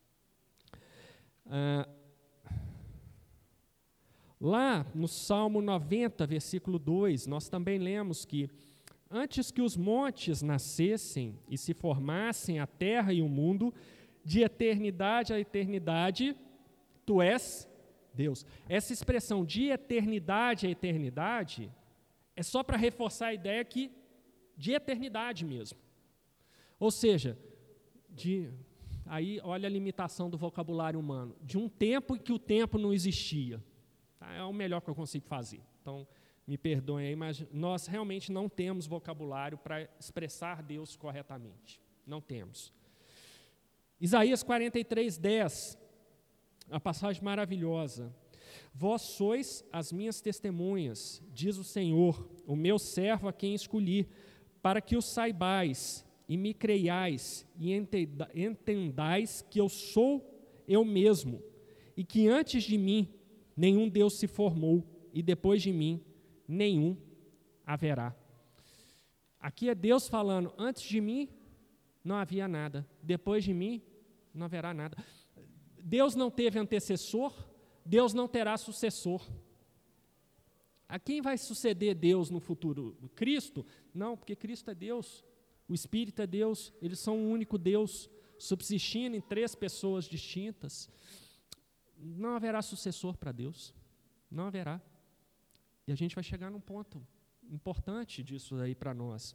Lá no Salmo 90, versículo 2, nós também lemos que antes que os montes nascessem e se formassem a terra e o mundo, de eternidade a eternidade, tu és Deus. Essa expressão de eternidade a eternidade é só para reforçar a ideia que de eternidade mesmo. Ou seja, aí olha a limitação do vocabulário humano, de um tempo em que o tempo não existia. É o melhor que eu consigo fazer. Então, me perdoem aí, mas nós realmente não temos vocabulário para expressar Deus corretamente. Não temos. Isaías 43, 10, uma passagem maravilhosa. Vós sois as minhas testemunhas, diz o Senhor, o meu servo a quem escolhi, para que o saibais e me creiais e entendais que eu sou eu mesmo, e que antes de mim nenhum Deus se formou, e depois de mim, nenhum haverá. Aqui é Deus falando, antes de mim, não havia nada. Depois de mim, não haverá nada. Deus não teve antecessor, Deus não terá sucessor. A quem vai suceder Deus no futuro? Cristo? Não, porque Cristo é Deus. O Espírito é Deus. Eles são um único Deus, subsistindo em 3 pessoas distintas. Não haverá sucessor para Deus, não haverá. E a gente vai chegar num ponto importante disso aí para nós.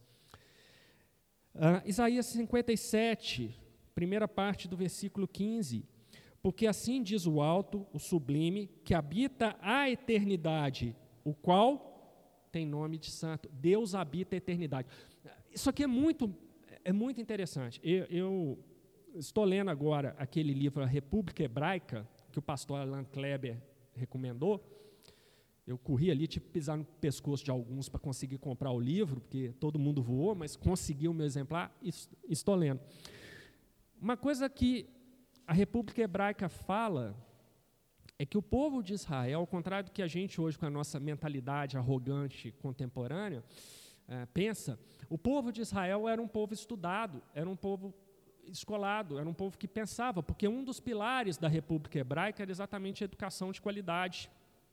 Isaías 57, primeira parte do versículo 15. Porque assim diz o alto, o sublime, que habita a eternidade, o qual tem nome de santo. Deus habita a eternidade. Isso aqui é muito interessante. Eu estou lendo agora aquele livro, A República Hebraica, que o pastor Alan Kleber recomendou. Eu corri ali, tipo, pisar no pescoço de alguns para conseguir comprar o livro, porque todo mundo voou, mas consegui o meu exemplar e estou lendo. Uma coisa que a República Hebraica fala é que o povo de Israel, ao contrário do que a gente hoje, com a nossa mentalidade arrogante contemporânea, pensa, o povo de Israel era um povo estudado, era um povo escolado, era um povo que pensava, porque um dos pilares da República Hebraica era exatamente a educação de qualidade.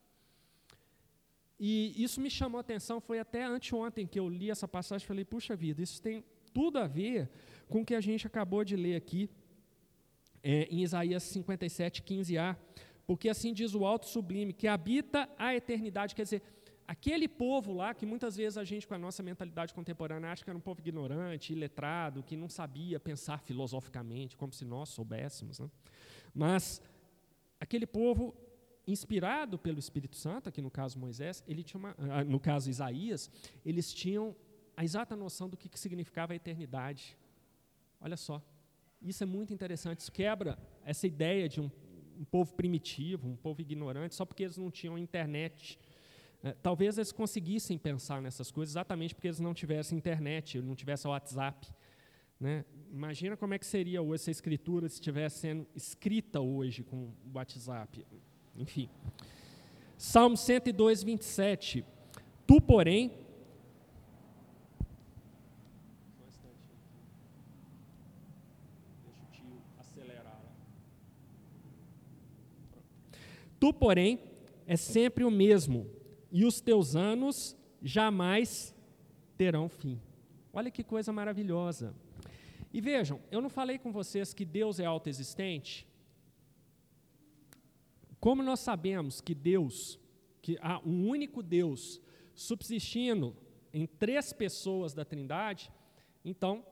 E isso me chamou a atenção, foi até anteontem que eu li essa passagem e falei, puxa vida, isso tem tudo a ver com o que a gente acabou de ler aqui, em Isaías 57, 15a, porque assim diz o alto sublime, que habita a eternidade, quer dizer, aquele povo lá, que muitas vezes a gente, com a nossa mentalidade contemporânea, acha que era um povo ignorante, iletrado, que não sabia pensar filosoficamente, como se nós soubéssemos, né? Mas aquele povo, inspirado pelo Espírito Santo, aqui no caso Moisés, ele tinha no caso Isaías, eles tinham a exata noção do que significava a eternidade. Olha só, isso é muito interessante, isso quebra essa ideia de um povo primitivo, um povo ignorante, só porque eles não tinham internet Talvez eles conseguissem pensar nessas coisas exatamente porque eles não tivessem internet, não tivessem WhatsApp. Né? Imagina como é que seria hoje essa escritura se estivesse sendo escrita hoje com o WhatsApp. Enfim. Salmo 102, 27. Tu, porém... Deixa o tio acelerar. Tu, porém, é sempre o mesmo, e os teus anos jamais terão fim. Olha que coisa maravilhosa. E vejam, eu não falei com vocês que Deus é autoexistente? Como nós sabemos que Deus, que há um único Deus subsistindo em 3 pessoas da Trindade, então,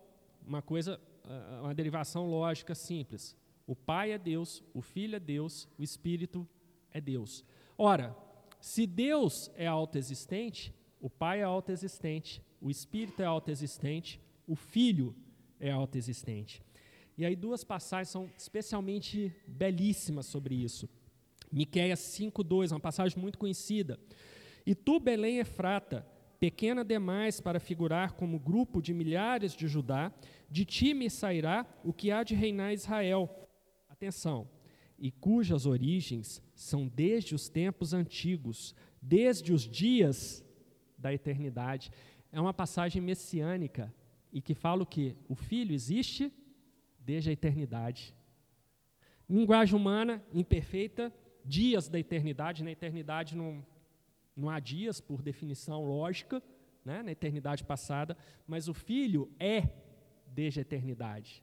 uma derivação lógica simples. O Pai é Deus, o Filho é Deus, o Espírito é Deus. Ora, se Deus é autoexistente, o Pai é autoexistente, o Espírito é autoexistente, o Filho é autoexistente. E aí 2 passagens são especialmente belíssimas sobre isso. Miqueias 5:2, uma passagem muito conhecida. E tu, Belém Efrata, pequena demais para figurar como grupo de milhares de Judá, de ti me sairá o que há de reinar Israel. Atenção. E cujas origens são desde os tempos antigos, desde os dias da eternidade. É uma passagem messiânica e que fala o quê? O Filho existe desde a eternidade. Linguagem humana, imperfeita, dias da eternidade. Na eternidade não há dias, por definição lógica, né, na eternidade passada, mas o Filho é desde a eternidade.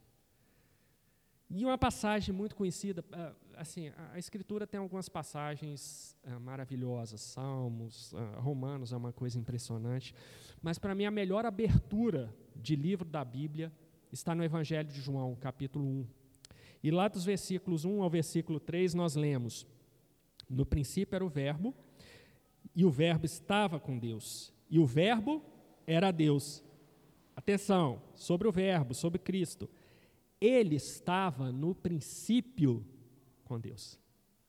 E uma passagem muito conhecida, assim, a Escritura tem algumas passagens maravilhosas, Salmos, Romanos é uma coisa impressionante, mas para mim a melhor abertura de livro da Bíblia está no Evangelho de João, capítulo 1. E lá dos versículos 1 ao versículo 3 nós lemos: no princípio era o Verbo, e o Verbo estava com Deus, e o Verbo era Deus. Atenção, sobre o Verbo, sobre Cristo. Ele estava no princípio com Deus.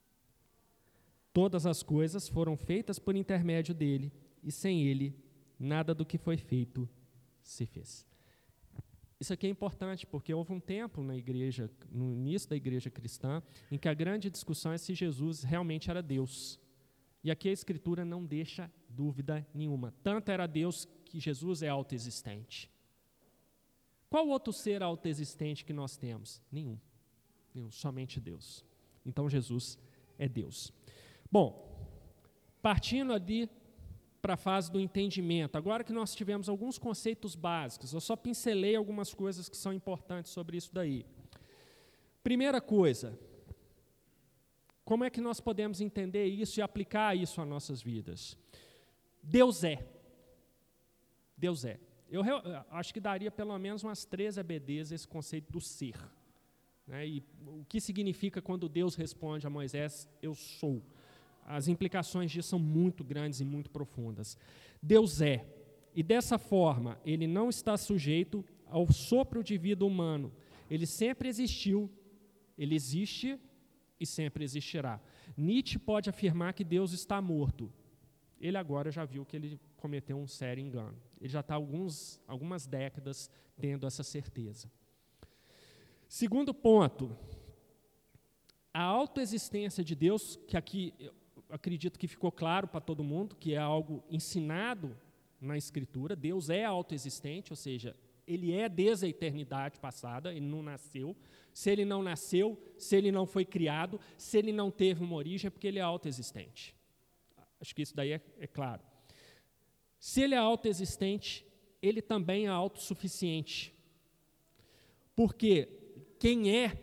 Todas as coisas foram feitas por intermédio dele, e sem ele, nada do que foi feito se fez. Isso aqui é importante, porque houve um tempo na igreja, no início da igreja cristã, em que a grande discussão é se Jesus realmente era Deus. E aqui a Escritura não deixa dúvida nenhuma. Tanto era Deus que Jesus é autoexistente. Qual outro ser autoexistente que nós temos? Nenhum. Somente Deus. Então Jesus é Deus. Bom, partindo ali para a fase do entendimento, agora que nós tivemos alguns conceitos básicos, eu só pincelei algumas coisas que são importantes sobre isso daí. Primeira coisa, como é que nós podemos entender isso e aplicar isso às nossas vidas? Deus é. Deus é. Eu acho que daria pelo menos umas 3 EBDs esse conceito do ser. Né? E o que significa quando Deus responde a Moisés, eu sou. As implicações disso são muito grandes e muito profundas. Deus é. E dessa forma, ele não está sujeito ao sopro de vida humano. Ele sempre existiu, ele existe e sempre existirá. Nietzsche pode afirmar que Deus está morto. Ele agora já viu que ele cometeu um sério engano. Ele já está algumas décadas tendo essa certeza. Segundo ponto, a autoexistência de Deus, que aqui eu acredito que ficou claro para todo mundo, que é algo ensinado na Escritura. Deus é autoexistente, ou seja, ele é desde a eternidade passada, ele não nasceu. Se ele não nasceu, se ele não foi criado, se ele não teve uma origem, é porque ele é autoexistente. Acho que isso daí é claro. Se ele é autoexistente, ele também é autossuficiente. Porque quem é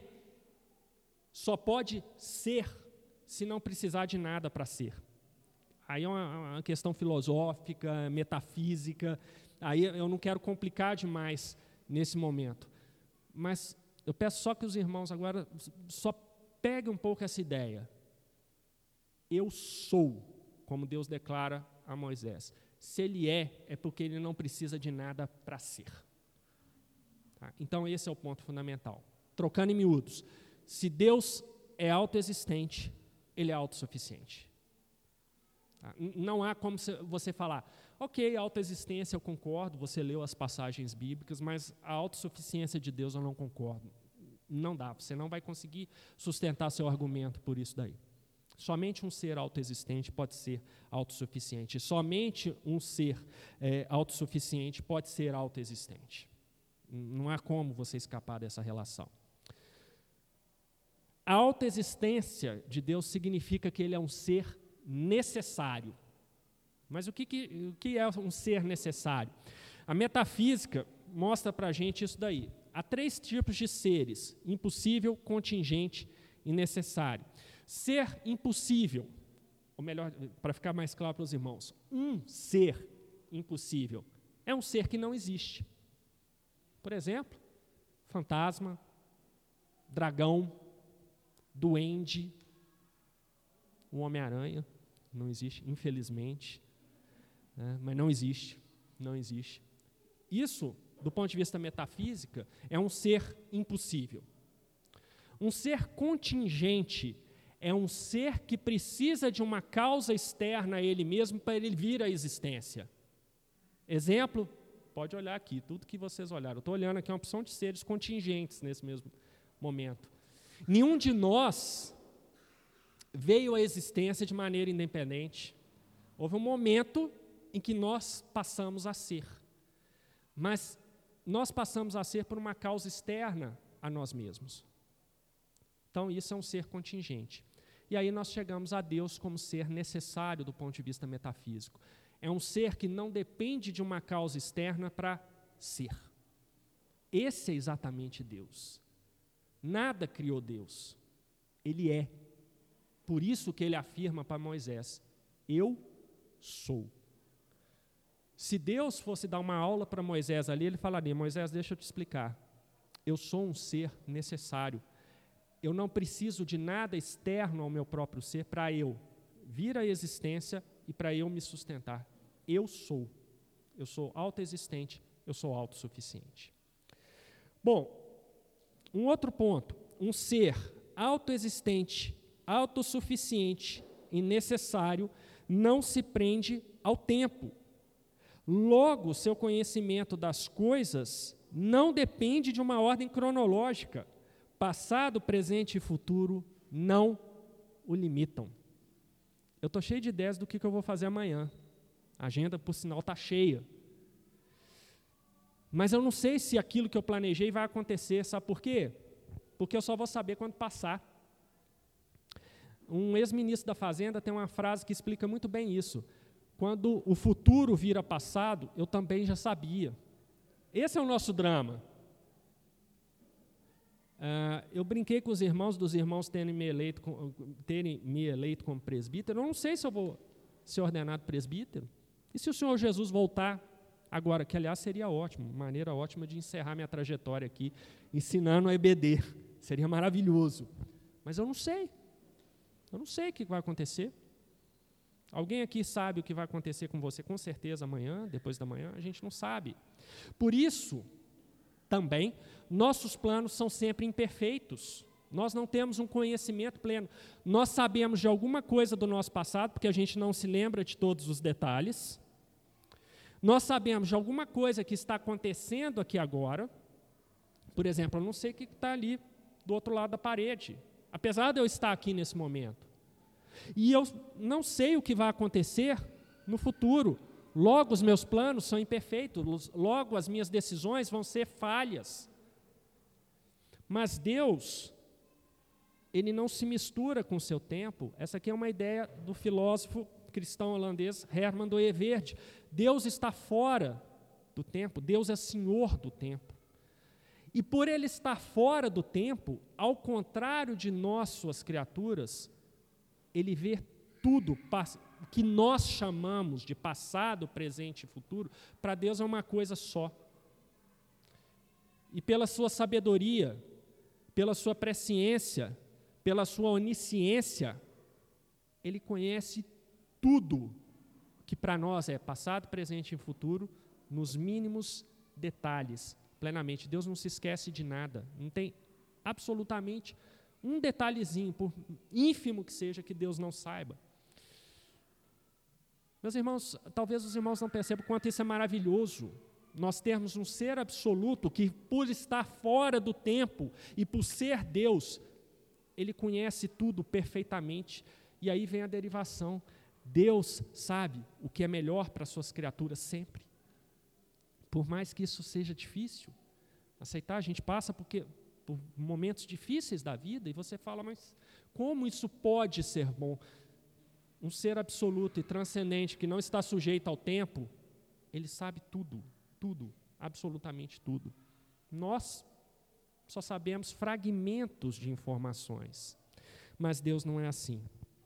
só pode ser se não precisar de nada para ser. Aí é uma questão filosófica, metafísica, aí eu não quero complicar demais nesse momento. Mas eu peço só que os irmãos agora só peguem um pouco essa ideia. Eu sou, como Deus declara a Moisés. Se ele é porque ele não precisa de nada para ser. Tá? Então esse é o ponto fundamental. Trocando em miúdos, se Deus é autoexistente, ele é autossuficiente. Não há como você falar, ok, autoexistência eu concordo, você leu as passagens bíblicas, mas a autossuficiência de Deus eu não concordo. Não dá, você não vai conseguir sustentar seu argumento por isso daí. Somente um ser autoexistente pode ser autossuficiente. Somente um ser autossuficiente pode ser autoexistente. Não há como você escapar dessa relação. A autoexistência de Deus significa que Ele é um ser necessário. Mas o que é um ser necessário? A metafísica mostra para a gente isso daí. Há 3 tipos de seres: impossível, contingente e necessário. Ser impossível, ou melhor, para ficar mais claro para os irmãos, um ser impossível é um ser que não existe. Por exemplo, fantasma, dragão, duende, o Homem-Aranha, não existe, infelizmente, né? Mas não existe. Isso, do ponto de vista metafísica, é um ser impossível. Um ser contingente é um ser que precisa de uma causa externa a ele mesmo para ele vir à existência. Exemplo, pode olhar aqui, tudo que vocês olharam. Eu estou olhando aqui uma opção de seres contingentes nesse mesmo momento. Nenhum de nós veio à existência de maneira independente. Houve um momento em que nós passamos a ser. Mas nós passamos a ser por uma causa externa a nós mesmos. Então, isso é um ser contingente. E aí nós chegamos a Deus como ser necessário do ponto de vista metafísico. É um ser que não depende de uma causa externa para ser. Esse é exatamente Deus. Nada criou Deus. Ele é. Por isso que ele afirma para Moisés: eu sou. Se Deus fosse dar uma aula para Moisés ali, ele falaria: Moisés, deixa eu te explicar. Eu sou um ser necessário. Eu não preciso de nada externo ao meu próprio ser para eu vir à existência e para eu me sustentar. Eu sou autoexistente, eu sou autossuficiente. Bom, um outro ponto, um ser autoexistente, autossuficiente e necessário não se prende ao tempo. Logo, seu conhecimento das coisas não depende de uma ordem cronológica. Passado, presente e futuro não o limitam. Eu estou cheio de ideias do que eu vou fazer amanhã. A agenda, por sinal, está cheia. Mas eu não sei se aquilo que eu planejei vai acontecer. Sabe por quê? Porque eu só vou saber quando passar. Um ex-ministro da Fazenda tem uma frase que explica muito bem isso. Quando o futuro vira passado, eu também já sabia. Esse é o nosso drama. Eu brinquei com os irmãos, dos irmãos terem me eleito como presbítero. Eu não sei se eu vou ser ordenado presbítero. E se o Senhor Jesus voltar agora, que aliás seria ótimo, maneira ótima de encerrar minha trajetória aqui, ensinando a EBD. Seria maravilhoso. Mas eu não sei. Eu não sei o que vai acontecer. Alguém aqui sabe o que vai acontecer com você? Com certeza amanhã, depois da manhã, a gente não sabe. Por isso, também, nossos planos são sempre imperfeitos. Nós não temos um conhecimento pleno. Nós sabemos de alguma coisa do nosso passado, porque a gente não se lembra de todos os detalhes. Nós sabemos de alguma coisa que está acontecendo aqui agora. Por exemplo, eu não sei o que está ali do outro lado da parede, apesar de eu estar aqui nesse momento. E eu não sei o que vai acontecer no futuro. Logo, os meus planos são imperfeitos. Logo, as minhas decisões vão ser falhas. Mas Deus, Ele não se mistura com o seu tempo. Essa aqui é uma ideia do filósofo cristão holandês Herman de Everde. Deus está fora do tempo. Deus é senhor do tempo. E por Ele estar fora do tempo, ao contrário de nós, suas criaturas, Ele vê tudo que nós chamamos de passado, presente e futuro. Para Deus é uma coisa só. E pela sua sabedoria, pela sua presciência, pela sua onisciência, Ele conhece tudo que para nós é passado, presente e futuro, nos mínimos detalhes, plenamente. Deus não se esquece de nada. Não tem absolutamente um detalhezinho, por ínfimo que seja, que Deus não saiba. Meus irmãos, talvez os irmãos não percebam o quanto isso é maravilhoso. Nós termos um ser absoluto que, por estar fora do tempo e por ser Deus, Ele conhece tudo perfeitamente. E aí vem a derivação. Deus sabe o que é melhor para as suas criaturas sempre. Por mais que isso seja difícil aceitar, a gente passa por momentos difíceis da vida e você fala, mas como isso pode ser bom? Um ser absoluto e transcendente que não está sujeito ao tempo, ele sabe tudo, absolutamente tudo. Nós só sabemos fragmentos de informações, mas Deus não é assim.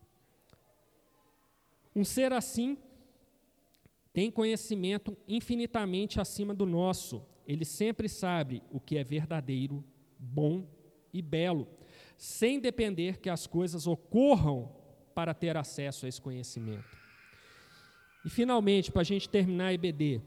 Um ser assim tem conhecimento infinitamente acima do nosso. Ele sempre sabe o que é verdadeiro, bom e belo, sem depender que as coisas ocorram para ter acesso a esse conhecimento. E, finalmente, para a gente terminar a EBD,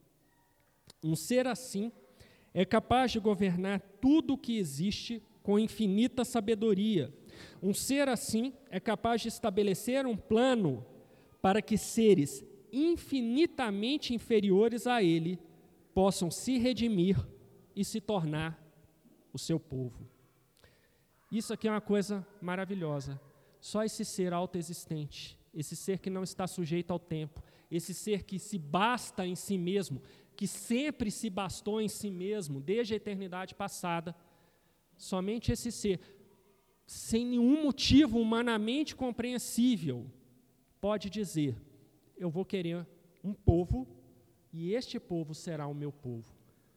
um ser assim é capaz de governar tudo o que existe com infinita sabedoria. Um ser assim é capaz de estabelecer um plano para que seres infinitamente inferiores a ele possam se redimir e se tornar o seu povo. Isso aqui é uma coisa maravilhosa. Só esse ser autoexistente, esse ser que não está sujeito ao tempo, esse ser que se basta em si mesmo, que sempre se bastou em si mesmo, desde a eternidade passada, somente esse ser, sem nenhum motivo humanamente compreensível, pode dizer, eu vou querer um povo, e este povo será o meu povo.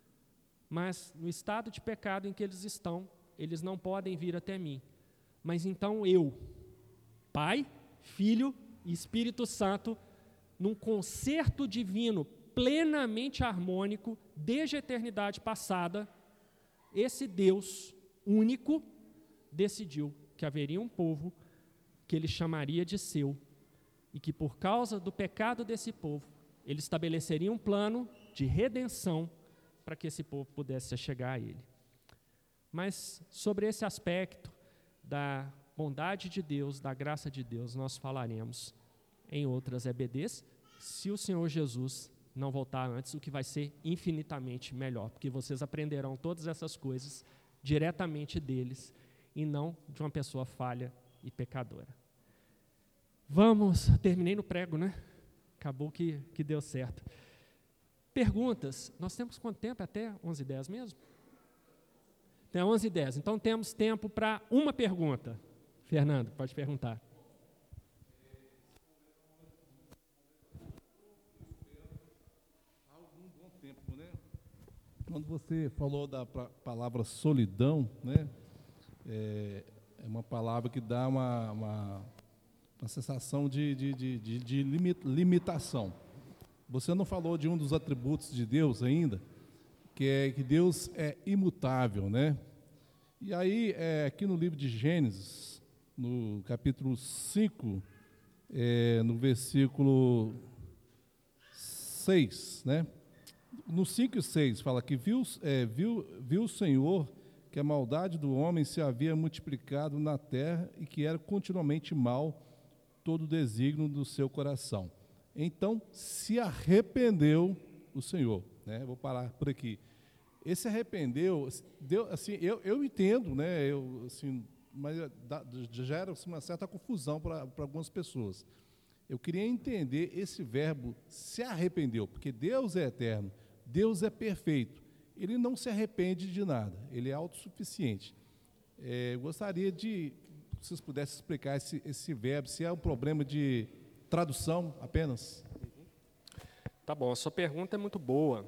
Mas no estado de pecado em que eles estão, eles não podem vir até mim. Mas então eu, Pai, Filho e Espírito Santo, num concerto divino plenamente harmônico, desde a eternidade passada, esse Deus único decidiu que haveria um povo que ele chamaria de seu, e que por causa do pecado desse povo, ele estabeleceria um plano de redenção para que esse povo pudesse chegar a ele. Mas sobre esse aspecto da bondade de Deus, da graça de Deus, nós falaremos em outras EBDs, se o Senhor Jesus não voltar antes, o que vai ser infinitamente melhor, porque vocês aprenderão todas essas coisas diretamente deles e não de uma pessoa falha e pecadora. Terminei no prego, né? Acabou que deu certo. Perguntas, nós temos quanto tempo? Até 11h10 mesmo? Até 11h10, então temos tempo para uma pergunta. Fernando, pode perguntar. Há algum bom tempo, né? Quando você falou da palavra solidão, né? É uma palavra que dá uma sensação de limitação. Você não falou de um dos atributos de Deus ainda, que é que Deus é imutável, né? E aí, aqui no livro de Gênesis, no capítulo 5, no versículo 6, né? No 5 e 6, fala que viu o Senhor que a maldade do homem se havia multiplicado na terra e que era continuamente mal todo o desígnio do seu coração. Então, se arrependeu o Senhor, né? Vou parar por aqui. Esse arrependeu, assim, eu entendo, né? Mas gera uma certa confusão para algumas pessoas. Eu queria entender esse verbo se arrependeu, porque Deus é eterno, Deus é perfeito, Ele não se arrepende de nada, Ele é autossuficiente. Eu gostaria de se vocês pudessem explicar esse verbo, se é um problema de tradução apenas. Tá bom, a sua pergunta é muito boa.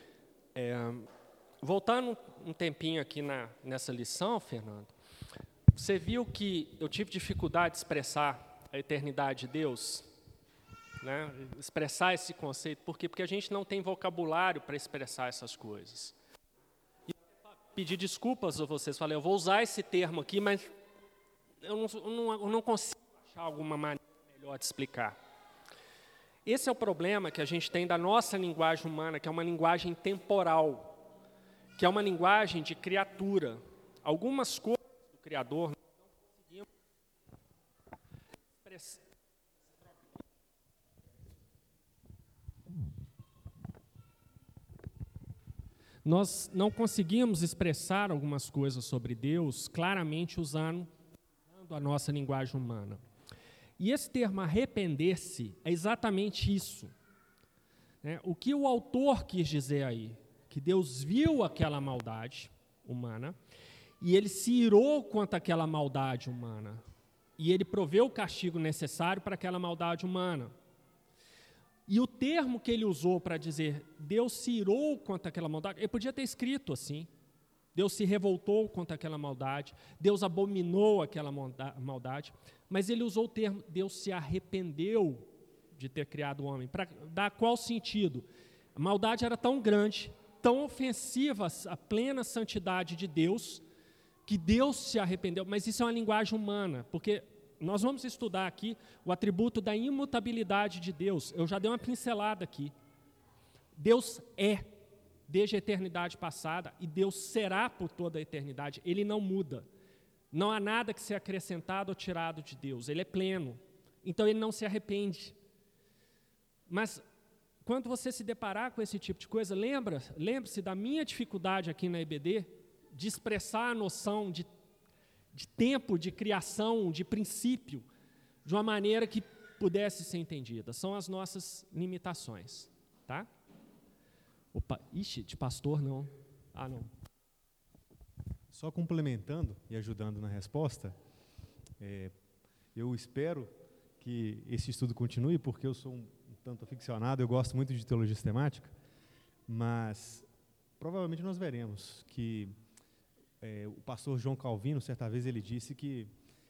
Voltando um tempinho aqui nessa lição, Fernando, você viu que eu tive dificuldade de expressar a eternidade de Deus? Né? Expressar esse conceito, por quê? Porque a gente não tem vocabulário para expressar essas coisas. E pedir desculpas a vocês, falei, eu vou usar esse termo aqui, mas eu não consigo achar alguma maneira melhor de explicar. Esse é o problema que a gente tem da nossa linguagem humana, que é uma linguagem temporal, que é uma linguagem de criatura. Algumas coisas do Criador nós não conseguimos expressar. nós não conseguimos expressar algumas coisas sobre Deus claramente usando a nossa linguagem humana. E esse termo arrepender-se é exatamente isso. O que o autor quis dizer aí? Que Deus viu aquela maldade humana e ele se irou contra aquela maldade humana. E ele proveu o castigo necessário para aquela maldade humana. E o termo que ele usou para dizer Deus se irou contra aquela maldade, ele podia ter escrito assim: Deus se revoltou contra aquela maldade, Deus abominou aquela maldade, mas ele usou o termo Deus se arrependeu de ter criado o homem. Para dar qual sentido? A maldade era tão grande, tão ofensiva à plena santidade de Deus, que Deus se arrependeu. Mas isso é uma linguagem humana, porque nós vamos estudar aqui o atributo da imutabilidade de Deus. Eu já dei uma pincelada aqui. Deus é, desde a eternidade passada, e Deus será por toda a eternidade. Ele não muda. Não há nada que seja acrescentado ou tirado de Deus. Ele é pleno. Então, ele não se arrepende. Mas, quando você se deparar com esse tipo de coisa, lembre-se da minha dificuldade aqui na EBD de expressar a noção de tempo, de criação, de princípio, de uma maneira que pudesse ser entendida. São as nossas limitações, tá? Opa, de pastor não. Não. Só complementando e ajudando na resposta, eu espero que esse estudo continue, porque eu sou um tanto aficionado, eu gosto muito de teologia sistemática, mas provavelmente nós veremos que o pastor João Calvino, certa vez, ele disse que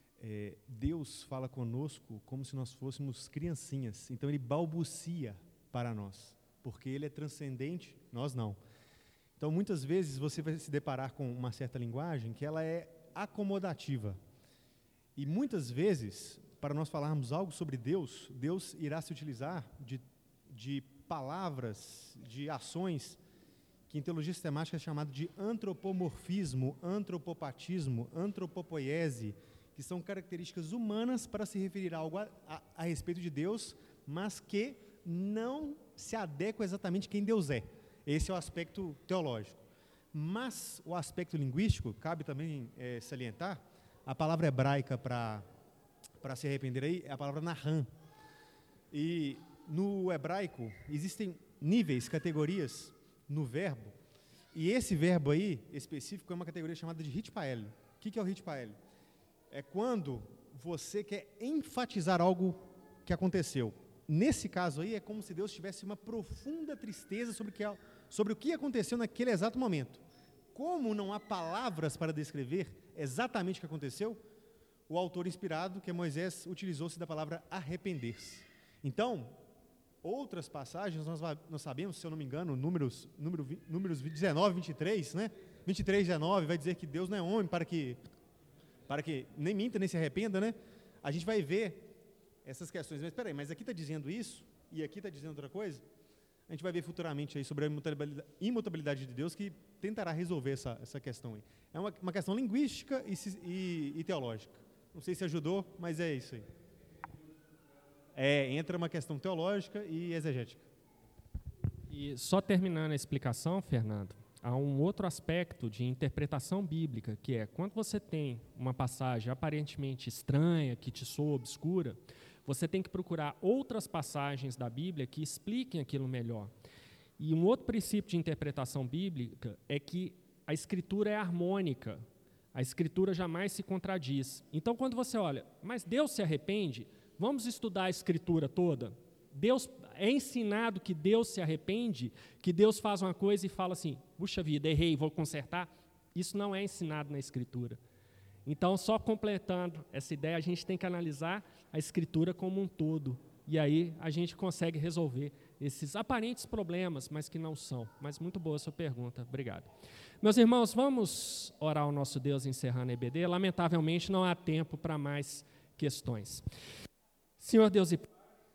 Deus fala conosco como se nós fôssemos criancinhas. Então, ele balbucia para nós, porque ele é transcendente, nós não. Então, muitas vezes, você vai se deparar com uma certa linguagem que ela é acomodativa. E, muitas vezes, para nós falarmos algo sobre Deus, Deus irá se utilizar de palavras, de ações, que em teologia sistemática é chamado de antropomorfismo, antropopatismo, antropopoiese, que são características humanas para se referir a algo a respeito de Deus, mas que não se adequam exatamente a quem Deus é. Esse é o aspecto teológico. Mas o aspecto linguístico, cabe também salientar, a palavra hebraica para se arrepender aí é a palavra nahan. E no hebraico existem níveis, categorias no verbo, e esse verbo aí, específico, é uma categoria chamada de hitpael. O que é o hitpael? É quando você quer enfatizar algo que aconteceu. Nesse caso aí, é como se Deus tivesse uma profunda tristeza sobre o que aconteceu naquele exato momento. Como não há palavras para descrever exatamente o que aconteceu, o autor inspirado, que é Moisés, utilizou-se da palavra arrepender-se. Então, outras passagens, nós sabemos, se eu não me engano, números 19, 23, né? 23, 19, vai dizer que Deus não é homem para que nem minta, nem se arrependa, né? A gente vai ver essas questões. Mas espera aí, mas aqui está dizendo isso, e aqui está dizendo outra coisa? A gente vai ver futuramente aí sobre a imutabilidade de Deus, que tentará resolver essa questão aí. É uma questão linguística e teológica. Não sei se ajudou, mas é isso aí. Entra uma questão teológica e exegética. E só terminando a explicação, Fernando, há um outro aspecto de interpretação bíblica, que é, quando você tem uma passagem aparentemente estranha, que te soa obscura, você tem que procurar outras passagens da Bíblia que expliquem aquilo melhor. E um outro princípio de interpretação bíblica é que a Escritura é harmônica, a Escritura jamais se contradiz. Então, quando você olha, mas Deus se arrepende? Vamos estudar a Escritura toda? Deus é ensinado que Deus se arrepende, que Deus faz uma coisa e fala assim, puxa vida, errei, vou consertar. Isso não é ensinado na Escritura. Então, só completando essa ideia, a gente tem que analisar a Escritura como um todo. E aí a gente consegue resolver esses aparentes problemas, mas que não são. Mas muito boa a sua pergunta, obrigado. Meus irmãos, vamos orar ao nosso Deus encerrando a EBD. Lamentavelmente não há tempo para mais questões. Senhor Deus e Pai,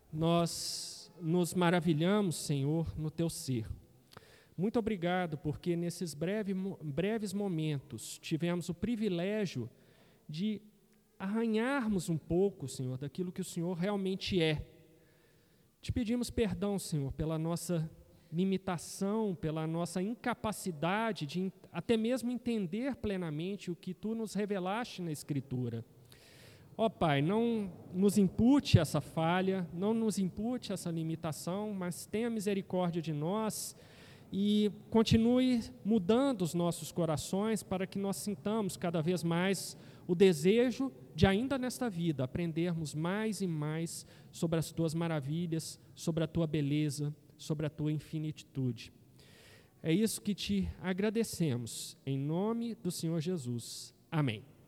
nós nos maravilhamos, Senhor, no Teu ser. Muito obrigado, porque nesses breves momentos tivemos o privilégio de arranharmos um pouco, Senhor, daquilo que o Senhor realmente é. Te pedimos perdão, Senhor, pela nossa limitação, pela nossa incapacidade de até mesmo entender plenamente o que Tu nos revelaste na Escritura. Ó Pai, não nos impute essa falha, não nos impute essa limitação, mas tenha misericórdia de nós e continue mudando os nossos corações para que nós sintamos cada vez mais o desejo de, ainda nesta vida, aprendermos mais e mais sobre as Tuas maravilhas, sobre a Tua beleza, sobre a Tua infinitude. É isso que Te agradecemos, em nome do Senhor Jesus. Amém.